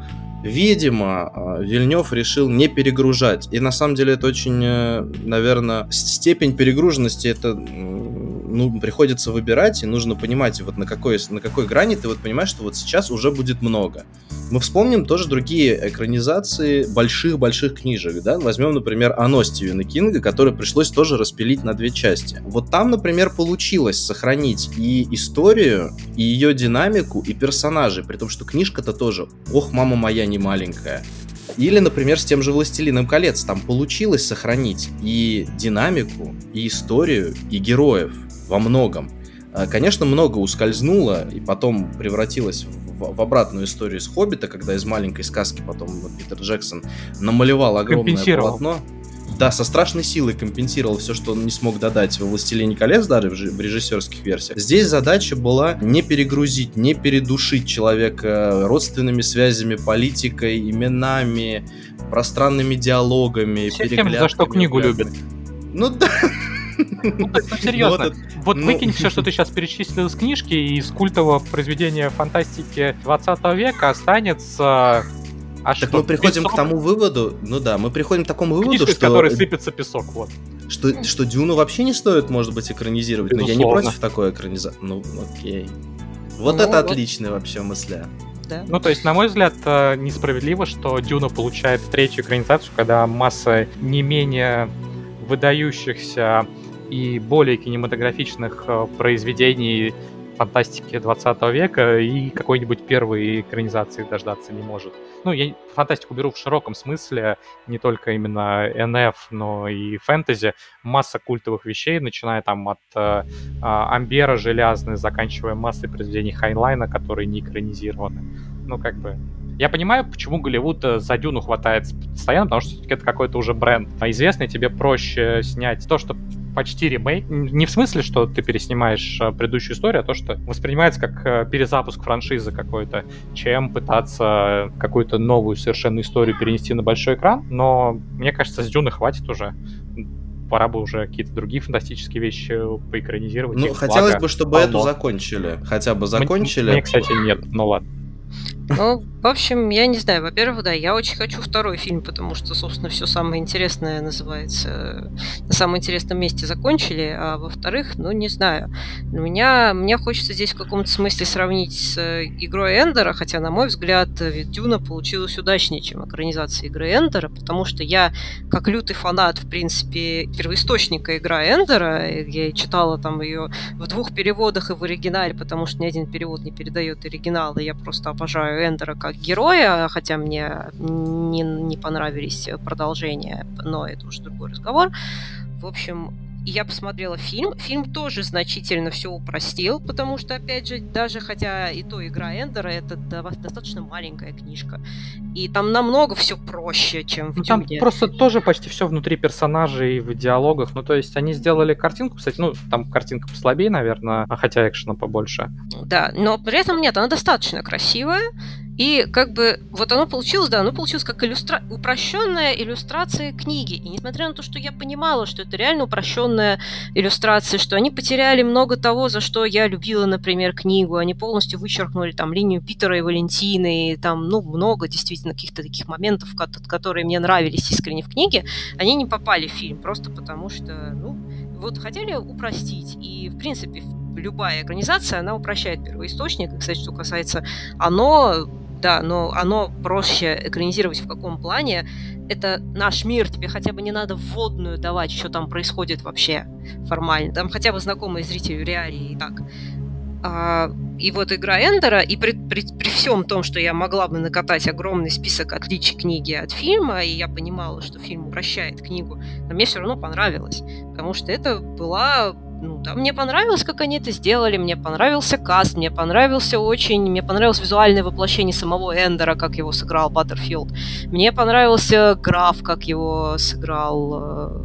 видимо, Вильнёв решил не перегружать. И на самом деле это очень, наверное, степень перегруженности, это, ну, приходится выбирать, и нужно понимать, вот на какой грани ты вот понимаешь, что вот сейчас уже будет много. Мы вспомним тоже другие экранизации больших-больших книжек, да? Возьмем, например, «Оно» Стивена Кинга, которое пришлось тоже распилить на 2 части. Вот там, например, получилось сохранить и историю, и ее динамику, и персонажей, при том, что книжка-то тоже, ох, мама моя, не маленькая. Или, например, с тем же «Властелином колец», там получилось сохранить и динамику, и историю, и героев во многом. Конечно, много ускользнуло и потом превратилось в обратную историю с «Хоббита», когда из маленькой сказки потом Питер Джексон намалевал огромное полотно. да, со страшной силой компенсировал все, что он не смог додать во «Властелине колец», даже в режиссерских версиях. Здесь задача была не перегрузить, не передушить человека родственными связями, политикой, именами, пространными диалогами, Все тем, за что книгу любят. Ну да. Ну, серьезно. Вот выкинь все, что ты сейчас перечислил из книжки, и из культового произведения фантастики 20 века останется... Так мы приходим к тому выводу, мы приходим к такому выводу, книжка, что... из которой сыпется песок, вот. Что Дюну вообще не стоит, может быть, экранизировать, но я не против такой экранизации. Ну, окей. Вот это отличная вообще мысля. Да. Ну, то есть, на мой взгляд, несправедливо, что Дюна получает третью экранизацию, когда масса не менее выдающихся и более кинематографичных произведений фантастики 20 века и какой-нибудь первой экранизации дождаться не может. Ну, я фантастику беру в широком смысле, не только именно НФ, но и фэнтези. Масса культовых вещей, начиная там от Амбера Железной, заканчивая массой произведений Хайнлайна, которые не экранизированы. Ну, как бы... Я понимаю, почему Голливуд за Дюну хватается постоянно, потому что это какой-то уже бренд. А известный, тебе проще снять то, что почти ремейк. Не в смысле, что ты переснимаешь предыдущую историю, а то, что воспринимается как перезапуск франшизы какой-то, чем пытаться какую-то новую совершенно историю перенести на большой экран. Но мне кажется, с Дюны хватит уже. Пора бы уже какие-то другие фантастические вещи поэкранизировать. Ну, хотелось бы, чтобы эту закончили. Хотя бы закончили. Мне, кстати, нет. Ну ладно. Ну, в общем, я не знаю. Во-первых, да, я очень хочу второй фильм, потому что, собственно, все самое интересное называется... На самом интересном месте закончили, а во-вторых, ну, не знаю. Мне хочется здесь в каком-то смысле сравнить с игрой Эндера, хотя, на мой взгляд, Дюна получилась удачнее, чем экранизация игры Эндера, потому что я, как лютый фанат, в принципе, первоисточника игры Эндера, я читала там ее в 2 переводах и в оригинале, потому что ни один перевод не передает оригинал, и я просто обожаю Эндера как героя, хотя мне не понравились продолжения, но это уже другой разговор. В общем, я посмотрела фильм. Фильм тоже значительно все упростил, потому что, опять же, даже хотя и то игра Эндера, это достаточно маленькая книжка. И там намного все проще, чем в Там Дюне. просто тоже почти все внутри персонажей в диалогах. Ну, то есть они сделали картинку, кстати, ну, там картинка послабее, наверное, хотя экшена побольше. Да, но при этом нет, она достаточно красивая. И как бы вот оно получилось как упрощенная иллюстрация книги. И несмотря на то, что я понимала, что это реально упрощенная иллюстрация, что они потеряли много того, за что я любила, например, книгу, они полностью вычеркнули там линию Питера и Валентины, и там, ну, много действительно каких-то таких моментов, которые мне нравились искренне в книге, они не попали в фильм, просто потому что, ну, вот хотели упростить. И, в принципе, любая экранизация, она упрощает первоисточник. И, кстати, что касается да, но оно проще экранизировать в каком плане. Это наш мир, тебе хотя бы не надо вводную давать, что там происходит вообще формально. Там хотя бы знакомые зрителю реалии и так. И вот игра Эндера, и при всем том, что я могла бы накатать огромный список отличий книги от фильма, и я понимала, что фильм упрощает книгу, но мне все равно понравилось, потому что это была... Ну да, мне понравилось, как они это сделали, мне понравился каст, мне понравилось визуальное воплощение самого Эндера, как его сыграл Баттерфилд. Мне понравился граф, как его сыграл,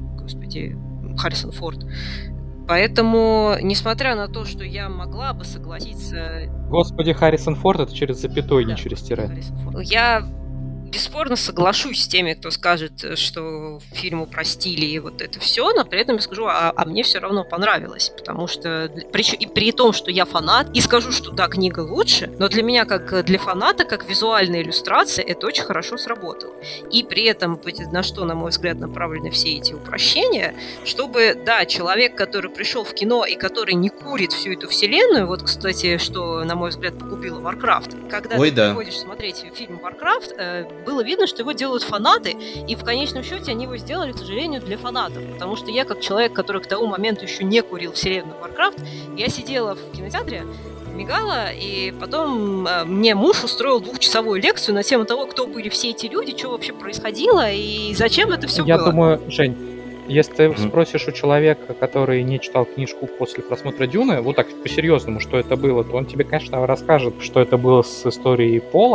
Харрисон Форд. Поэтому, несмотря на то, что я могла бы согласиться... Господи, Харрисон Форд — это через запятой, не через тире. Я беспорно соглашусь с теми, кто скажет, что фильм упростили и вот это все, но при этом я скажу, а мне все равно понравилось, потому что при том, что я фанат, и скажу, что да, книга лучше, но для меня, как для фаната, как визуальная иллюстрация, это очень хорошо сработало. И при этом, на что, на мой взгляд, направлены все эти упрощения, чтобы, да, человек, который пришел в кино и который не курит всю эту вселенную, вот, кстати, что, на мой взгляд, погубило Warcraft. Когда ты приходишь смотреть фильм Warcraft, было видно, что его делают фанаты, и в конечном счете они его сделали, к сожалению, для фанатов. Потому что я, как человек, который к тому моменту еще не курил вселенную Warcraft, я сидела в кинотеатре, мигала, и потом мне муж устроил 2-часовую лекцию на тему того, кто были все эти люди, что вообще происходило, и зачем это все было. Я думаю, Жень, если ты спросишь у человека, который не читал книжку после просмотра Дюны, вот так по-серьезному, что это было, то он тебе, конечно, расскажет, что это было с историей Пола,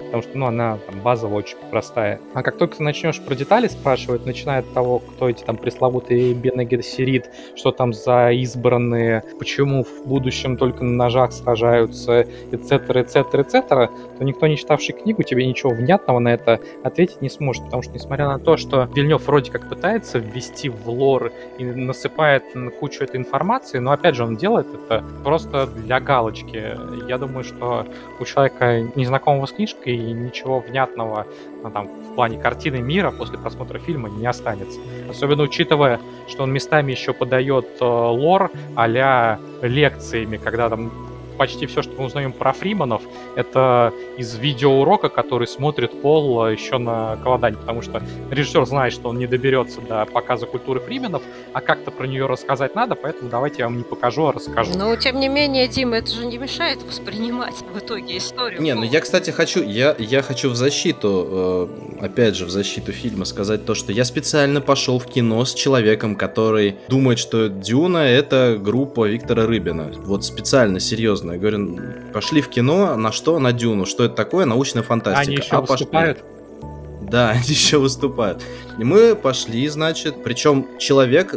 потому что, она там базово очень простая. А как только ты начнешь про детали спрашивать, начиная от того, кто эти там пресловутые Бене Гессерит, что там за избранные, почему в будущем только на ножах сражаются, etc., etc., etc., то никто, не читавший книгу, тебе ничего внятного на это ответить не сможет, потому что, несмотря на то, что Вильнёв вроде как пытается ввести в лор и насыпает кучу этой информации, но, опять же, он делает это просто для галочки. Я думаю, что у человека, незнакомого с книжкой, ничего внятного там, в плане картины мира после просмотра фильма не останется. Особенно учитывая, что он местами еще подает лор а-ля лекциями, когда там почти все, что мы узнаем про Фриманов, это из видеоурока, который смотрит Пол еще на Колодане, потому что режиссер знает, что он не доберется до показа культуры Фрименов, а как-то про нее рассказать надо, поэтому давайте я вам не покажу, а расскажу. Но, тем не менее, Дима, это же не мешает воспринимать в итоге историю. Не, я, кстати, хочу в защиту, опять же, в защиту фильма сказать то, что я специально пошел в кино с человеком, который думает, что Дюна — это группа Виктора Рыбина. Вот специально, серьезно. Я говорю, пошли в кино, на что? На Дюну. Что это такое? Научная фантастика. Они еще выступают? Да, они еще выступают. И мы пошли, значит, причем человек,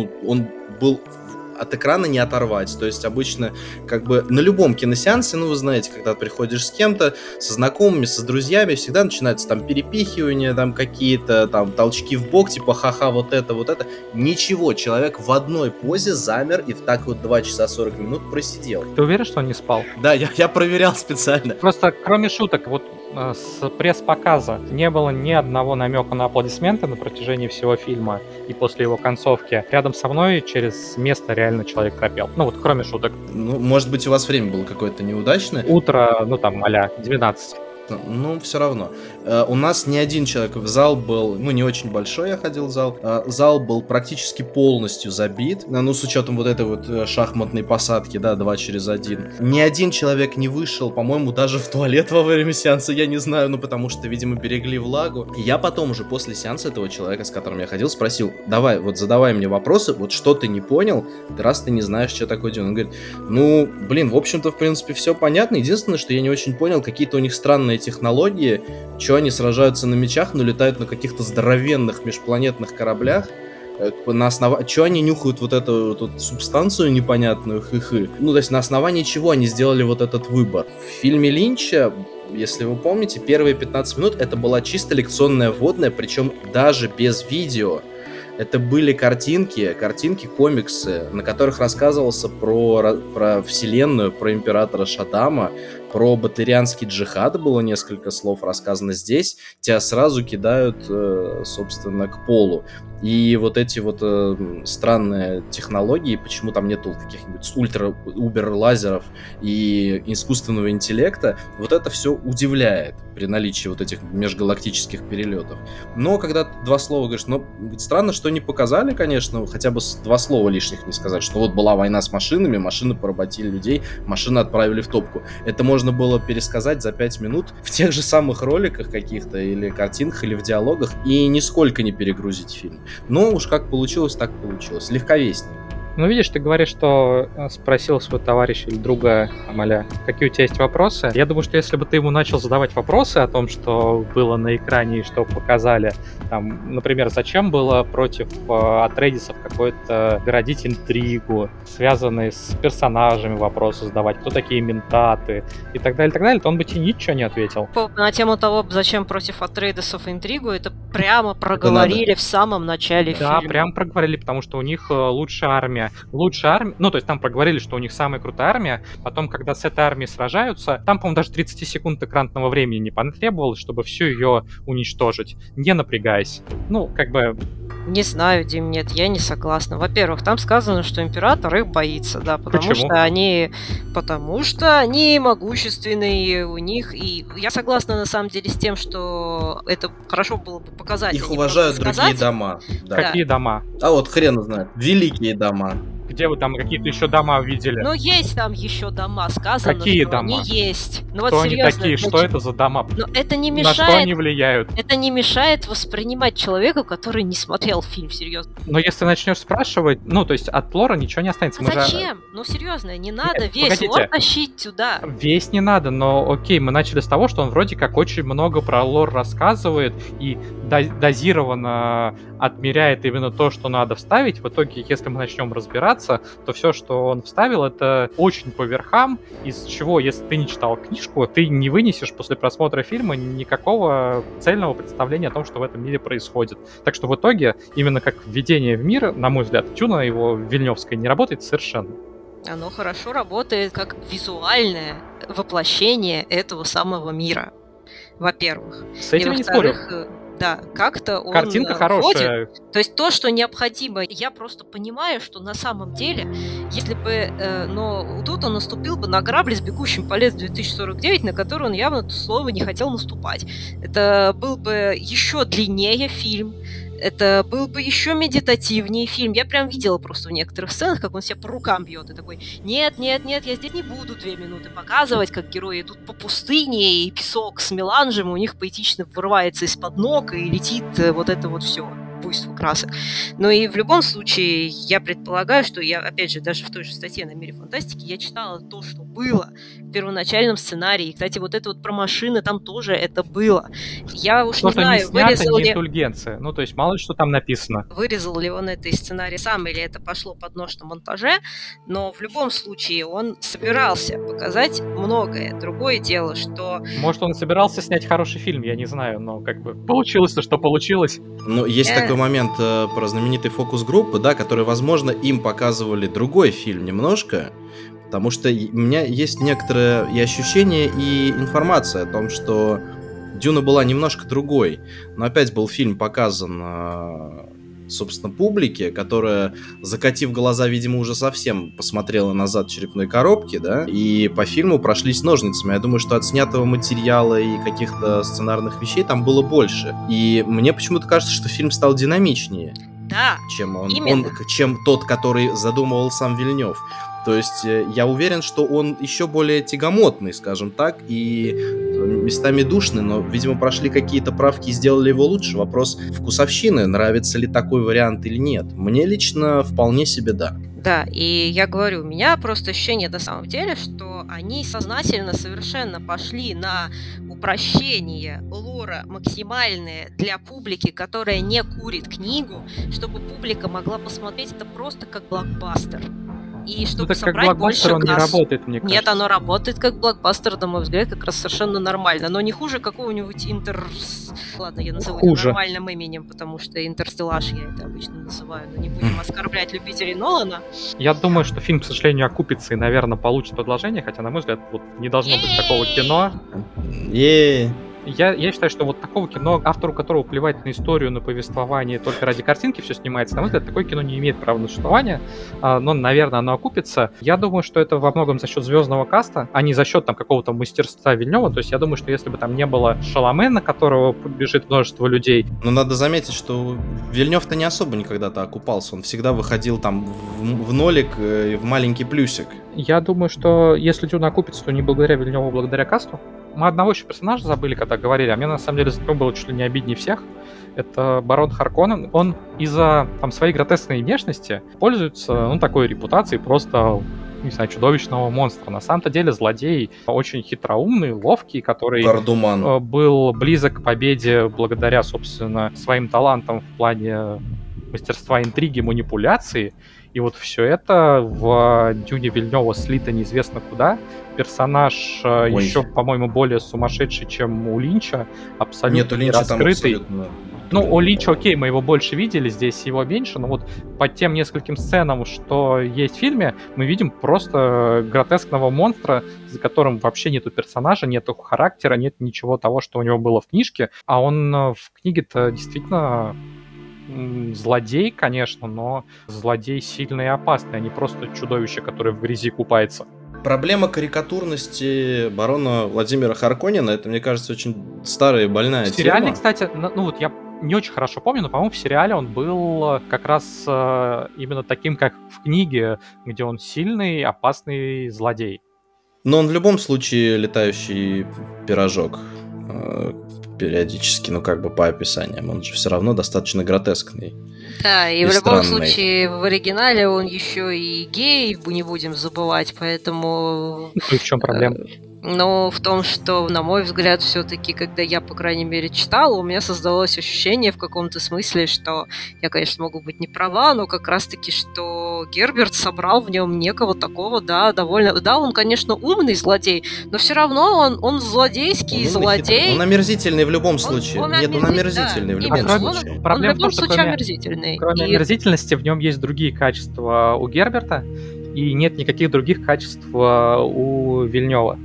он был от экрана не оторвать. То есть обычно как бы на любом киносеансе, вы знаете, когда приходишь с кем-то, со знакомыми, со друзьями, всегда начинаются там перепихивания, там какие-то там толчки в бок, типа ха-ха, вот это. Ничего, человек в одной позе замер и так вот 2 часа 40 минут просидел. Ты уверен, что он не спал? Да, я проверял специально. Просто кроме шуток, вот с пресс-показа не было ни одного намека на аплодисменты на протяжении всего фильма и после его концовки. Рядом со мной через место реально человек храпел. Кроме шуток. Может быть, у вас время было какое-то неудачное. Утро, а-ля 12. Все равно. У нас ни один человек в зал был, не очень большой, я ходил в зал. Зал был практически полностью забит. С учетом вот этой вот шахматной посадки, 2 через 1. Ни один человек не вышел, по-моему, даже в туалет во время сеанса, я не знаю, потому что, видимо, берегли влагу. Я потом уже после сеанса этого человека, с которым я ходил, спросил, задавай мне вопросы, что ты не понял, раз ты не знаешь, что такое Дюна. Он говорит, в общем-то, в принципе, все понятно. Единственное, что я не очень понял, какие-то у них странные технологии, что они сражаются на мечах, но летают на каких-то здоровенных межпланетных кораблях. Что они нюхают вот эту субстанцию непонятную, хы-хы. То есть на основании чего они сделали вот этот выбор. В фильме Линча, если вы помните, первые 15 минут это была чисто лекционная вводная, причем даже без видео. Это были картинки, комиксы, на которых рассказывался про вселенную, про императора Шадама, про батырианский джихад было несколько слов рассказано здесь. Тебя сразу кидают, собственно, к полу. И вот эти вот странные технологии, почему там нету каких-нибудь ультра-убер-лазеров и искусственного интеллекта, вот это все удивляет при наличии вот этих межгалактических перелетов. Но когда ты 2 слова говоришь, странно, что не показали, конечно, хотя бы 2 слова лишних не сказать, что вот была война с машинами, машины поработили людей, машины отправили в топку. Это можно было пересказать за 5 минут в тех же самых роликах каких-то, или картинках, или в диалогах, и нисколько не перегрузить фильм. Но уж как получилось, так получилось. Легковеснее. Видишь, ты говоришь, что спросил своего товарища или друга, какие у тебя есть вопросы. Я думаю, что если бы ты ему начал задавать вопросы о том, что было на экране и что показали, например, зачем было против Атрейдисов какой-то городить интригу, связанные с персонажами вопросы задавать, кто такие ментаты и так далее, то он бы тебе ничего не ответил. На тему того, зачем против Атрейдисов интригу, это прямо проговорили в самом начале фильма. Да, прямо проговорили, потому что у них лучшая армия. То есть там проговорили, что у них самая крутая армия. Потом, когда с этой армией сражаются, там, по-моему, даже 30 секунд экранного времени не потребовалось, чтобы всю ее уничтожить, не напрягаясь. Не знаю, Дим, нет, я не согласна. Во-первых, там сказано, что император их боится, потому что они могущественные у них. И я согласна, на самом деле, с тем, что это хорошо было бы показать. Их уважают другие дома. Да. Какие дома? А вот хрен знает. Великие дома. Где вы там какие-то еще дома видели? Ну, есть там еще дома, сказано, Какие что дома? они есть. Ну, Кто вот они серьезно, такие? Что это за дома? Но это не На что мешает. они влияют? Это не мешает воспринимать человеку, который не смотрел фильм, серьезно. Но если начнешь спрашивать, ну, то есть от лора ничего не останется. Мы же- Зачем? Ну, серьезно, не надо Нет, весь погодите. лор тащить сюда. Весь не надо, но окей, мы начали с того, что он вроде как очень много про лор рассказывает и дозированно отмеряет именно то, что надо вставить. В итоге, если мы начнем разбираться, то все, что он вставил, это очень по верхам, из чего, если ты не читал книжку, ты не вынесешь после просмотра фильма никакого цельного представления о том, что в этом мире происходит. Так что в итоге, именно как введение в мир, на мой взгляд, Дюна его вильнёвская не работает совершенно. Оно хорошо работает как визуальное воплощение этого самого мира, во-первых. С этим я не спорю. во-вторых, да, как-то он Картинка вводит. хорошая. То есть то, что необходимо, я просто понимаю, что на самом деле, если бы, но тут он наступил бы на грабли с бегущим по лесу 2049, на который он явно слово не хотел наступать. Это был бы еще длиннее фильм, это был бы еще медитативнее фильм. Я прям видела просто в некоторых сценах, как он себя по рукам бьет и такой: нет, нет, нет, я здесь не буду 2 минуты показывать, как герои идут по пустыне, и песок с меланжем у них поэтично вырывается из-под ног, и летит вот это вот все. Буйство красок. Но и в любом случае, я предполагаю, что я, опять же, даже в той же статье на «Мире фантастики» я читала то, что было в первоначальном сценарии. Кстати, вот это вот про машины, там тоже это было. Я уж не Что-то не знаю, снято, вырезал не ли... индульгенция. Ну, то есть мало ли что там написано. Вырезал ли он это из сценария сам, или это пошло под нож на монтаже, но в любом случае он собирался показать многое. Другое дело, что... Может, он собирался снять хороший фильм, я не знаю, но как бы получилось-то, что получилось. Ну, есть такой момент про знаменитый фокус-группы, да, который, возможно, им показывали другой фильм немножко, потому что у меня есть некоторое и ощущение, и информация о том, что Дюна была немножко другой. Но опять был фильм показан, собственно, публике, которая, закатив глаза, видимо, уже совсем посмотрела назад черепной коробки, да, и по фильму прошлись ножницами. Я думаю, что от снятого материала и каких-то сценарных вещей там было больше. И мне почему-то кажется, что фильм стал динамичнее, Да, чем тот, который задумывал сам Вильнёв. То есть я уверен, что он еще более тягомотный, скажем так, и местами душный, но, видимо, прошли какие-то правки и сделали его лучше. Вопрос вкусовщины, нравится ли такой вариант или нет. Мне лично вполне себе да. Да, и я говорю, у меня просто ощущение на самом деле, что они сознательно совершенно пошли на упрощение лора максимальное для публики, которая не курит книгу, чтобы публика могла посмотреть это просто как блокбастер. И чтобы Ну, так как собрать больше блокбастер он не касс. работает, мне кажется. Нет, оно работает как блокбастер, на мой взгляд, как раз совершенно нормально. Но не хуже какого-нибудь Ладно, я назову это Хуже. нормальным именем, потому что Интерстеллаж я это обычно называю, но не будем оскорблять любителей Нолана. Я думаю, что фильм, к сожалению, окупится и, наверное, получит продолжение, хотя, на мой взгляд, вот не должно быть такого кино. Я считаю, что вот такого кино, автору которого плевать на историю, на повествование, только ради картинки все снимается, на мой взгляд, такое кино не имеет права на существование, но, наверное, оно окупится. Я думаю, что это во многом за счет звездного каста, а не за счет там какого-то мастерства Вильнёва. То есть я думаю, что если бы там не было Шаламе, на которого бежит множество людей. Но надо заметить, что Вильнёв-то не особо никогда-то окупался. Он всегда выходил там в нолик и в маленький плюсик. Я думаю, что если Дюна окупится, то не благодаря Вильнёву, а благодаря касту. Мы одного еще персонажа забыли, когда говорили, а мне на самом деле за него было чуть ли не обиднее всех. Это барон Харконнен. Он из-за там своей гротескной внешности пользуется, такой репутацией просто, не знаю, чудовищного монстра. На самом-то деле злодей очень хитроумный, ловкий, который Кардуман. был близок к победе благодаря, собственно, своим талантам в плане мастерства интриги, манипуляции. И вот все это в Дюне Вильнёва слито неизвестно куда. Персонаж еще, по-моему, более сумасшедший, чем у Линча. Абсолютно Нет, у Линча там раскрытый. абсолютно... У Линча, окей, мы его больше видели, здесь его меньше, но вот по тем нескольким сценам, что есть в фильме, мы видим просто гротескного монстра, за которым вообще нету персонажа, нету характера, нет ничего того, что у него было в книжке. А он в книге-то действительно... злодей, конечно, но злодей сильный и опасный, а не просто чудовище, которое в грязи купается. Проблема карикатурности барона Владимира Харконнена, это, мне кажется, очень старая и больная В сериале, тема. кстати, не очень хорошо помню, но, по-моему, в сериале он был как раз именно таким, как в книге, где он сильный, опасный злодей. Но он в любом случае летающий пирожок периодически, как бы по описаниям. Он же все равно достаточно гротескный. Да, и И в любом странный. случае в оригинале он еще и гей, не будем забывать, поэтому... Ну и в чем проблема? Но в том, что, на мой взгляд, все-таки, когда я, по крайней мере, читала, у меня создалось ощущение в каком-то смысле, что я, конечно, могу быть не права, но как раз-таки, что Герберт собрал в нем некого такого, да, довольно... Да, он, конечно, умный злодей, но все равно он злодейский Он злодей. хитрый. Он омерзительный в любом случае. Он омерзительный в любом именно, случае. Проблема он в в том, любом что случае кроме- омерзительный. Кроме И- омерзительности, в нем есть другие качества у Герберта, и нет никаких других качеств у Вильнёва.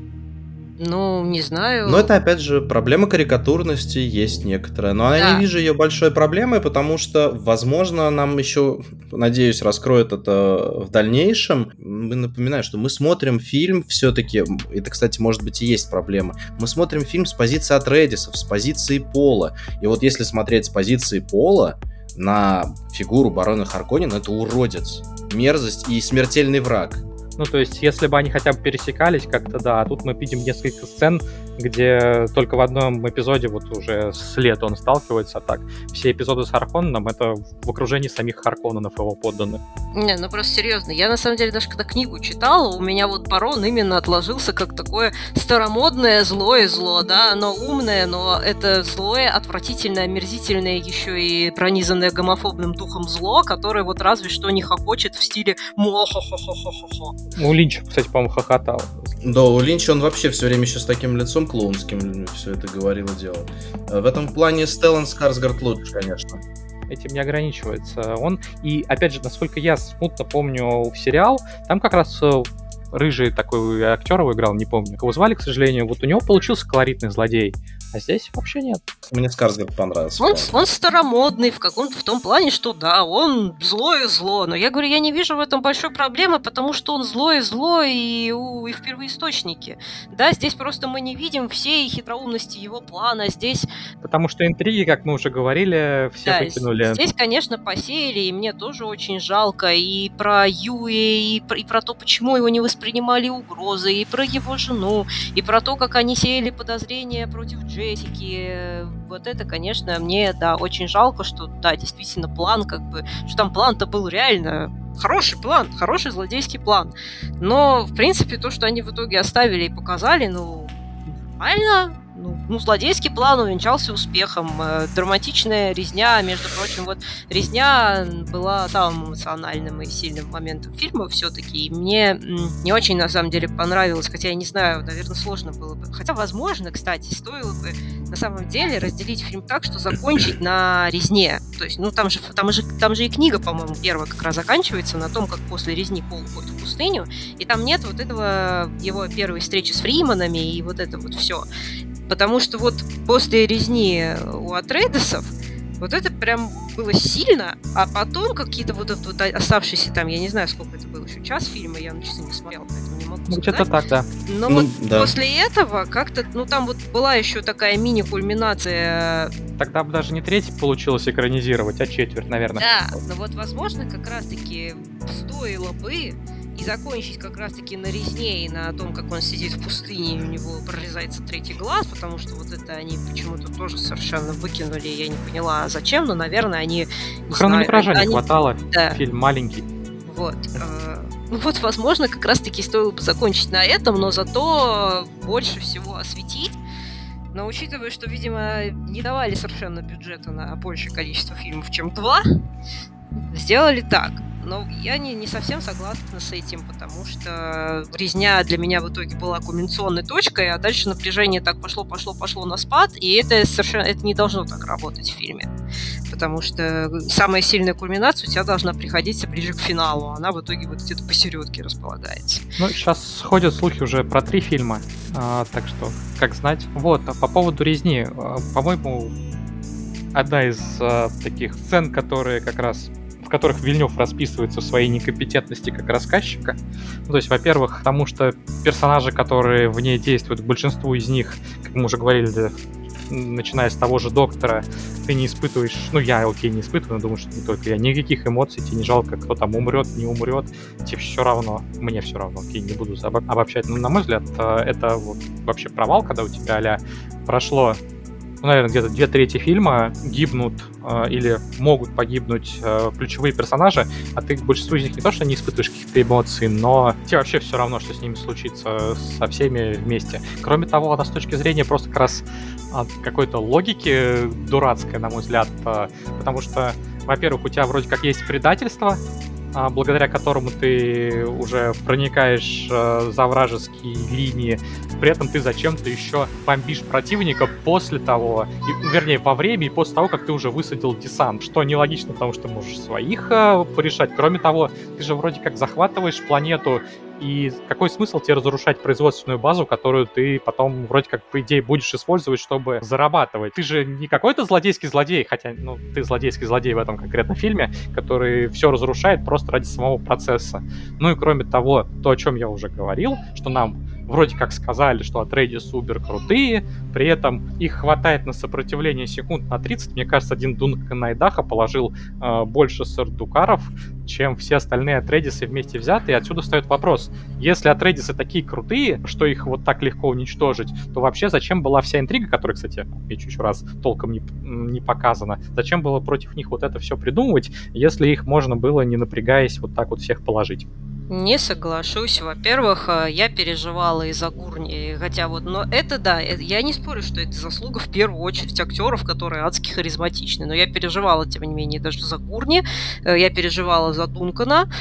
Ну, не знаю. Но это, опять же, проблема карикатурности есть некоторая. Но я Да. не вижу ее большой проблемой, потому что, возможно, нам еще, надеюсь, раскроют это в дальнейшем. Напоминаю, что мы смотрим фильм все-таки, это, кстати, может быть и есть проблема, мы смотрим фильм с позиции Атрейдисов, с позиции Пола. И вот если смотреть с позиции Пола на фигуру барона Харконнена, это уродец, мерзость и смертельный враг. Ну, то есть, если бы они хотя бы пересекались как-то, да, а тут мы видим несколько сцен, где только в одном эпизоде вот уже с лет он сталкивается, а так все эпизоды с Харконненом — это в окружении самих Харконненов его подданных. Не, ну просто серьезно. Я на самом деле даже когда книгу читала, у меня вот барон именно отложился как такое старомодное злое зло, да, оно умное, но это злое, отвратительное, омерзительное, еще и пронизанное гомофобным духом зло, которое вот разве что не хохочет в стиле мо-хо-хо-хо-хо-хо. У Линча, кстати, по-моему, хохотал. Да, у Линча он вообще все время еще с таким лицом клоунским все это говорил и делал. В этом плане Стеллан Скарсгард лучше, конечно. Этим не ограничивается он. И, опять же, насколько я смутно помню в сериал, там как раз рыжий такой актер его играл, не помню, его звали, к сожалению, вот у него получился колоритный злодей, а здесь вообще нет. Мне Скарсгард понравился. Он старомодный в каком-то в том плане, что да, он злое зло, но я говорю, я не вижу в этом большой проблемы, потому что он злое зло и в первоисточнике. Да, здесь просто мы не видим всей хитроумности его плана, здесь... Потому что интриги, как мы уже говорили, все Да, выкинули. здесь, конечно, посеяли, и мне тоже очень жалко и про Юи, и про то, почему его не воспринимали угрозы, и про его жену, и про то, как они сеяли подозрения против Джессики. Вот это, конечно, мне, да, очень жалко, что, да, действительно, план, как бы, что там план-то был реально хороший план, хороший злодейский план. Но, в принципе, то, что они в итоге оставили и показали, ну, нормально. Ну, злодейский план увенчался успехом. Драматичная резня, между прочим, вот резня была самым эмоциональным и сильным моментом фильма все-таки. И мне не очень, на самом деле, понравилось, хотя я не знаю, наверное, сложно было бы. Хотя, возможно, кстати, стоило бы на самом деле разделить фильм так, что закончить на резне. То есть, ну, там же и книга, по-моему, первая как раз заканчивается на том, как после резни Пол уходит в пустыню, и там нет вот этого его первой встречи с Фриманами и вот это вот все. Потому что вот после резни у Атрейдесов вот это прям было сильно, а потом какие-то вот это вот оставшиеся там, я не знаю, сколько это было, еще час фильма, я на часы не смотрела, поэтому не могу Ну, сказать. где-то так, да. Но Ну, вот да. после этого как-то, ну там вот была еще такая мини-кульминация. Тогда бы даже не треть получилось экранизировать, а четверть, наверное. Да, но вот возможно как раз-таки стоило бы и закончить как раз-таки на резне и на том, как он сидит в пустыне, и у него прорезается третий глаз, потому что вот это они почему-то тоже совершенно выкинули, я не поняла зачем, но, наверное, они... не Хронометража знаю, не они- хватало, Да, фильм маленький. вот. Ну вот, возможно, как раз-таки стоило бы закончить на этом, но зато больше всего осветить. Но учитывая, что, видимо, не давали совершенно бюджета на большее количество фильмов, чем 2, сделали так. Но я не совсем согласна с этим, потому что резня для меня в итоге была кульминационной точкой, а дальше напряжение так пошло на спад, и это совершенно это не должно так работать в фильме. Потому что самая сильная кульминация у тебя должна приходиться ближе к финалу, а она в итоге вот где-то посередке располагается. Ну, сейчас ходят слухи уже про 3 фильма, так что, как знать. Вот, а по поводу резни, по-моему, одна из таких сцен, которые как раз в которых Вильнёв расписывается в своей некомпетентности как рассказчика. Ну, то есть, во-первых, потому что персонажи, которые в ней действуют, большинству из них, как мы уже говорили, начиная с того же доктора, в ты не испытываешь, ну я, окей, не испытываю, но думаю, что не только я, никаких эмоций, тебе не жалко, кто там умрет, не умрет, тебе все равно, мне все равно, окей, не буду обобщать, но на мой взгляд, это вот вообще провал, когда у тебя а-ля прошло, ну, наверное, где-то 2/3 фильма гибнут или могут погибнуть ключевые персонажи, а ты к большинству из них не то, что не испытываешь каких-то эмоций, но тебе вообще все равно, что с ними случится со всеми вместе. Кроме того, она с точки зрения просто как раз какой-то логики дурацкая, на мой взгляд, потому что, во-первых, у тебя вроде как есть предательство, благодаря которому ты уже проникаешь за вражеские линии, при этом ты зачем-то еще бомбишь противника после того, вернее, во время и после того, как ты уже высадил десант, что нелогично, потому что ты можешь своих порешать. Кроме того, ты же вроде как захватываешь планету, и какой смысл тебе разрушать производственную базу, которую ты потом вроде как, по идее, будешь использовать, чтобы зарабатывать? Ты же не какой-то злодейский злодей, хотя, ну, ты злодейский злодей в этом конкретном фильме, который все разрушает просто ради самого процесса. Ну и кроме того, то, о чем я уже говорил, что нам вроде как сказали, что Атрейдис супер крутые, при этом их хватает на сопротивление секунд на 30. Мне кажется, один Дункан Айдаха положил больше сардукаров, чем все остальные Атрейдисы вместе взятые. И отсюда встает вопрос. Если Атрейдисы такие крутые, что их вот так легко уничтожить, то вообще зачем была вся интрига, которая, кстати, отмечу еще раз, толком не показана, зачем было против них вот это все придумывать, если их можно было, не напрягаясь, вот так вот всех положить? Не соглашусь. Во-первых, я переживала из-за Гурни, хотя вот, но это да, я не спорю, что это заслуга в первую очередь актеров, которые адски харизматичны, но я переживала, тем не менее, даже за Гурни, я переживала за Дункана,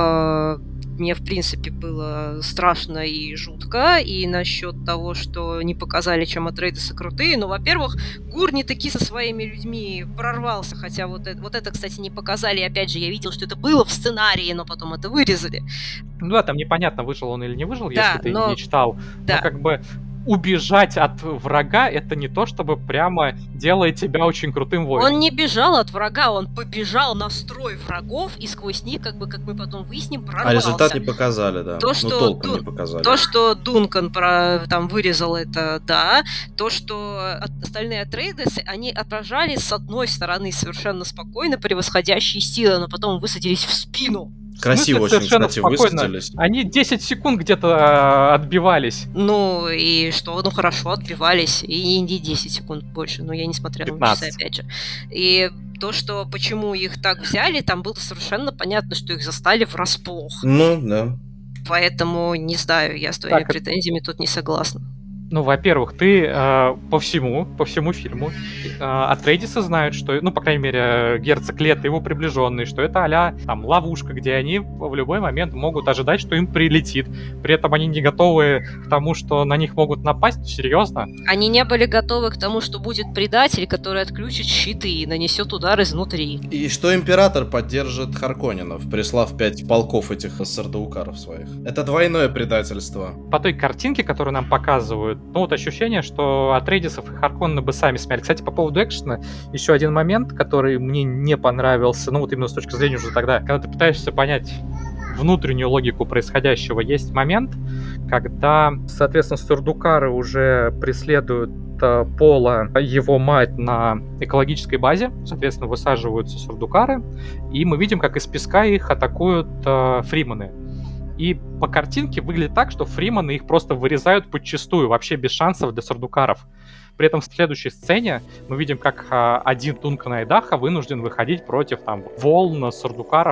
мне, в принципе, было страшно и жутко, и насчет того, что не показали, чем Атрейдисы крутые, но, во-первых, Гурни таки со своими людьми прорвался, хотя вот это, кстати, не показали, и опять же, я видел, что это было в сценарии, но потом это вырезали. Ну да, там непонятно, выжил он или не выжил, Да, если ты но- не читал. да. Но как бы убежать от врага, это не то, чтобы прямо делает тебя очень крутым воином. Он не бежал от врага, он побежал на строй врагов, и сквозь них, как мы потом выясним, А прорвался. результат не показали, да. То, Ну, что толком не показали. То, что Дункан там вырезал, это да. То, что остальные Атрейдисы, они отражали с одной стороны совершенно спокойно превосходящие силы, но потом высадились в спину. Красиво В смысле, очень, совершенно кстати, спокойно. высадились. Они 10 секунд где-то отбивались. Ну и что? Ну хорошо, отбивались. И не 10 секунд больше, но я не смотрела на часы 15. опять же. И то, что почему их так взяли, там было совершенно понятно, что их застали врасплох. Ну, да. Поэтому, не знаю, я с твоими Так, претензиями тут не согласна. Ну, во-первых, ты по всему фильму Атрейдисы знают, что, ну, по крайней мере, герцог Лето, его приближенные, что это а-ля там ловушка, где они в любой момент могут ожидать, что им прилетит. При этом они не готовы к тому, что на них могут напасть. Серьезно? Они не были готовы к тому, что будет предатель, который отключит щиты и нанесет удар изнутри. И что император поддержит Харконненов, прислав 5 полков этих сардаукаров своих. Это двойное предательство. По той картинке, которую нам показывают, ну вот ощущение, что Атрейдисов и Харконнена бы сами смяли. Кстати, по поводу экшена, еще один момент, который мне не понравился, ну вот именно с точки зрения уже тогда, когда ты пытаешься понять внутреннюю логику происходящего, есть момент, когда, соответственно, сардукары уже преследуют Пола, его мать на экологической базе, соответственно, высаживаются сардукары, и мы видим, как из песка их атакуют фримены. И по картинке выглядит так, что фриманы их просто вырезают подчистую, вообще без шансов для сардукаров. При этом в следующей сцене мы видим, как один Дункан Айдаха вынужден выходить против там волн сардукаров.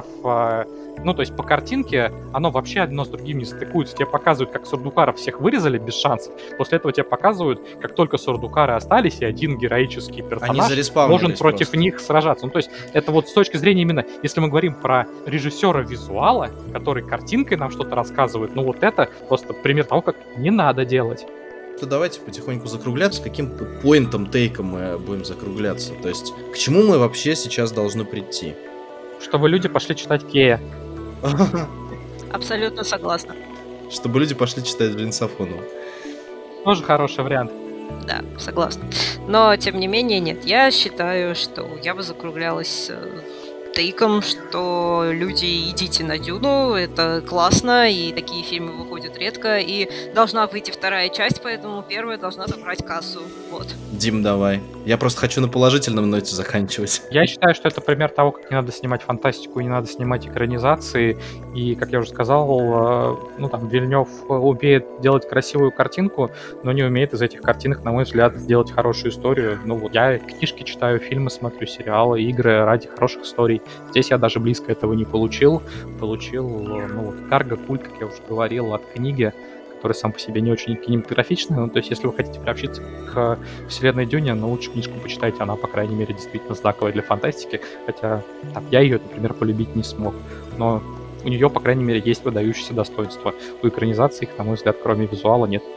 Ну, то есть по картинке оно вообще одно с другим не стыкуется. Тебе показывают, как сардукаров всех вырезали без шансов. После этого тебе показывают, как только сардукары остались, и один героический персонаж должен против них сражаться. Ну, то есть это вот с точки зрения именно, если мы говорим про режиссера визуала, который картинкой нам что-то рассказывает, ну вот это просто пример того, как не надо делать. То давайте потихоньку закругляться. Каким-то поинтом, тейком мы будем закругляться. То есть, к чему мы вообще сейчас должны прийти? Чтобы люди пошли читать Кея. Абсолютно согласна. Чтобы люди пошли читать Джейн Сафонову. Тоже хороший вариант. Да, согласна. Но, тем не менее, нет. Я считаю, что я бы закруглялась тейком, что люди, идите на Дюну, это классно, и такие фильмы выходят редко, и должна выйти вторая часть, поэтому первая должна забрать кассу. Вот. Дим, давай. Я просто хочу на положительном ноте заканчивать. Я считаю, что это пример того, как не надо снимать фантастику, не надо снимать экранизации. И, как я уже сказал, Вильнёв умеет делать красивую картинку, но не умеет из этих картинок, на мой взгляд, сделать хорошую историю. Я книжки читаю, фильмы смотрю, сериалы, игры ради хороших историй. Здесь я даже близко этого не получил. Карго Культ, как я уже говорил, от книги, который сам по себе не очень кинематографичный. То есть, если вы хотите приобщиться к вселенной Дюне, лучше книжку почитайте, она, по крайней мере, действительно знаковая для фантастики, хотя я ее, например, полюбить не смог. Но у нее, по крайней мере, есть выдающиеся достоинства. У экранизации их, на мой взгляд, кроме визуала, нет.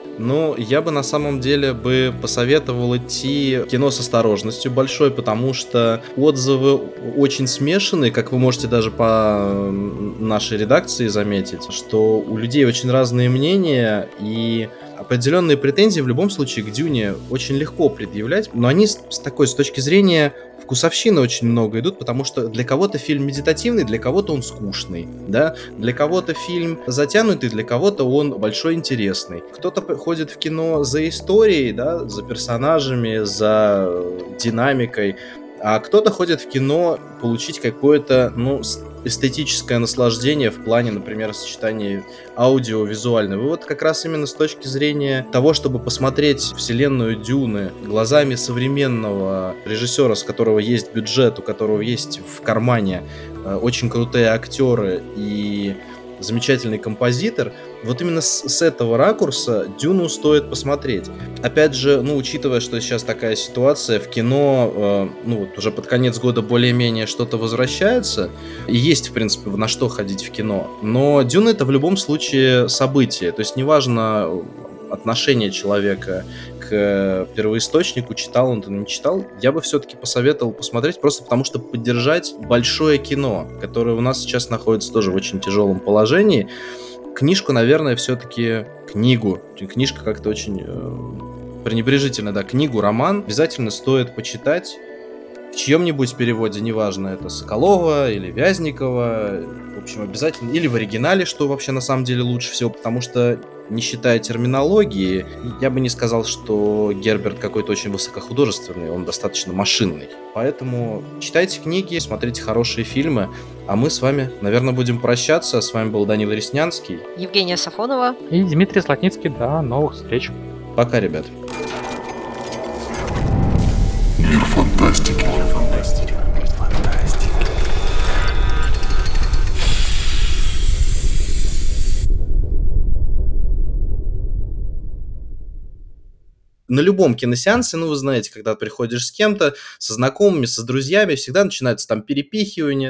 Я бы на самом деле посоветовал идти в кино с осторожностью большой, потому что отзывы очень смешанные, как вы можете даже по нашей редакции заметить, что у людей очень разные мнения, и определенные претензии в любом случае к Дюне очень легко предъявлять, но они с точки зрения вкусовщины очень много идут, потому что для кого-то фильм медитативный, для кого-то он скучный, да, для кого-то фильм затянутый, для кого-то он большой интересный. Кто-то ходит в кино за историей, да, за персонажами, за динамикой, а кто-то ходит в кино получить какое-то, эстетическое наслаждение в плане, например, сочетания аудио-визуального. И вот как раз именно с точки зрения того, чтобы посмотреть вселенную Дюны глазами современного режиссера, с которого есть бюджет, у которого есть в кармане очень крутые актеры и замечательный композитор, вот именно с этого ракурса Дюну стоит посмотреть. Опять же, учитывая, что сейчас такая ситуация, в кино, уже под конец года более-менее что-то возвращается, и есть, в принципе, на что ходить в кино, но Дюна — это в любом случае событие, то есть неважно отношение человека к первоисточнику, читал он это, не читал, я бы все-таки посоветовал посмотреть, просто потому что поддержать большое кино, которое у нас сейчас находится тоже в очень тяжелом положении. Книжку, наверное, все-таки книгу. Книжка как-то очень пренебрежительно, да, книгу, роман обязательно стоит почитать в чьем-нибудь переводе, неважно, это Соколова или Вязникова, в общем, обязательно, или в оригинале, что вообще на самом деле лучше всего, потому что, не считая терминологии, я бы не сказал, что Герберт какой-то очень высокохудожественный, он достаточно машинный. Поэтому читайте книги, смотрите хорошие фильмы, а мы с вами, наверное, будем прощаться. С вами был Данил Реснянский. Евгения Сафонова. И Дмитрий Златницкий. До новых встреч. Пока, ребят. Мир фантастики. На любом киносеансе, вы знаете, когда приходишь с кем-то, со знакомыми, со друзьями, всегда начинается там перепихивание.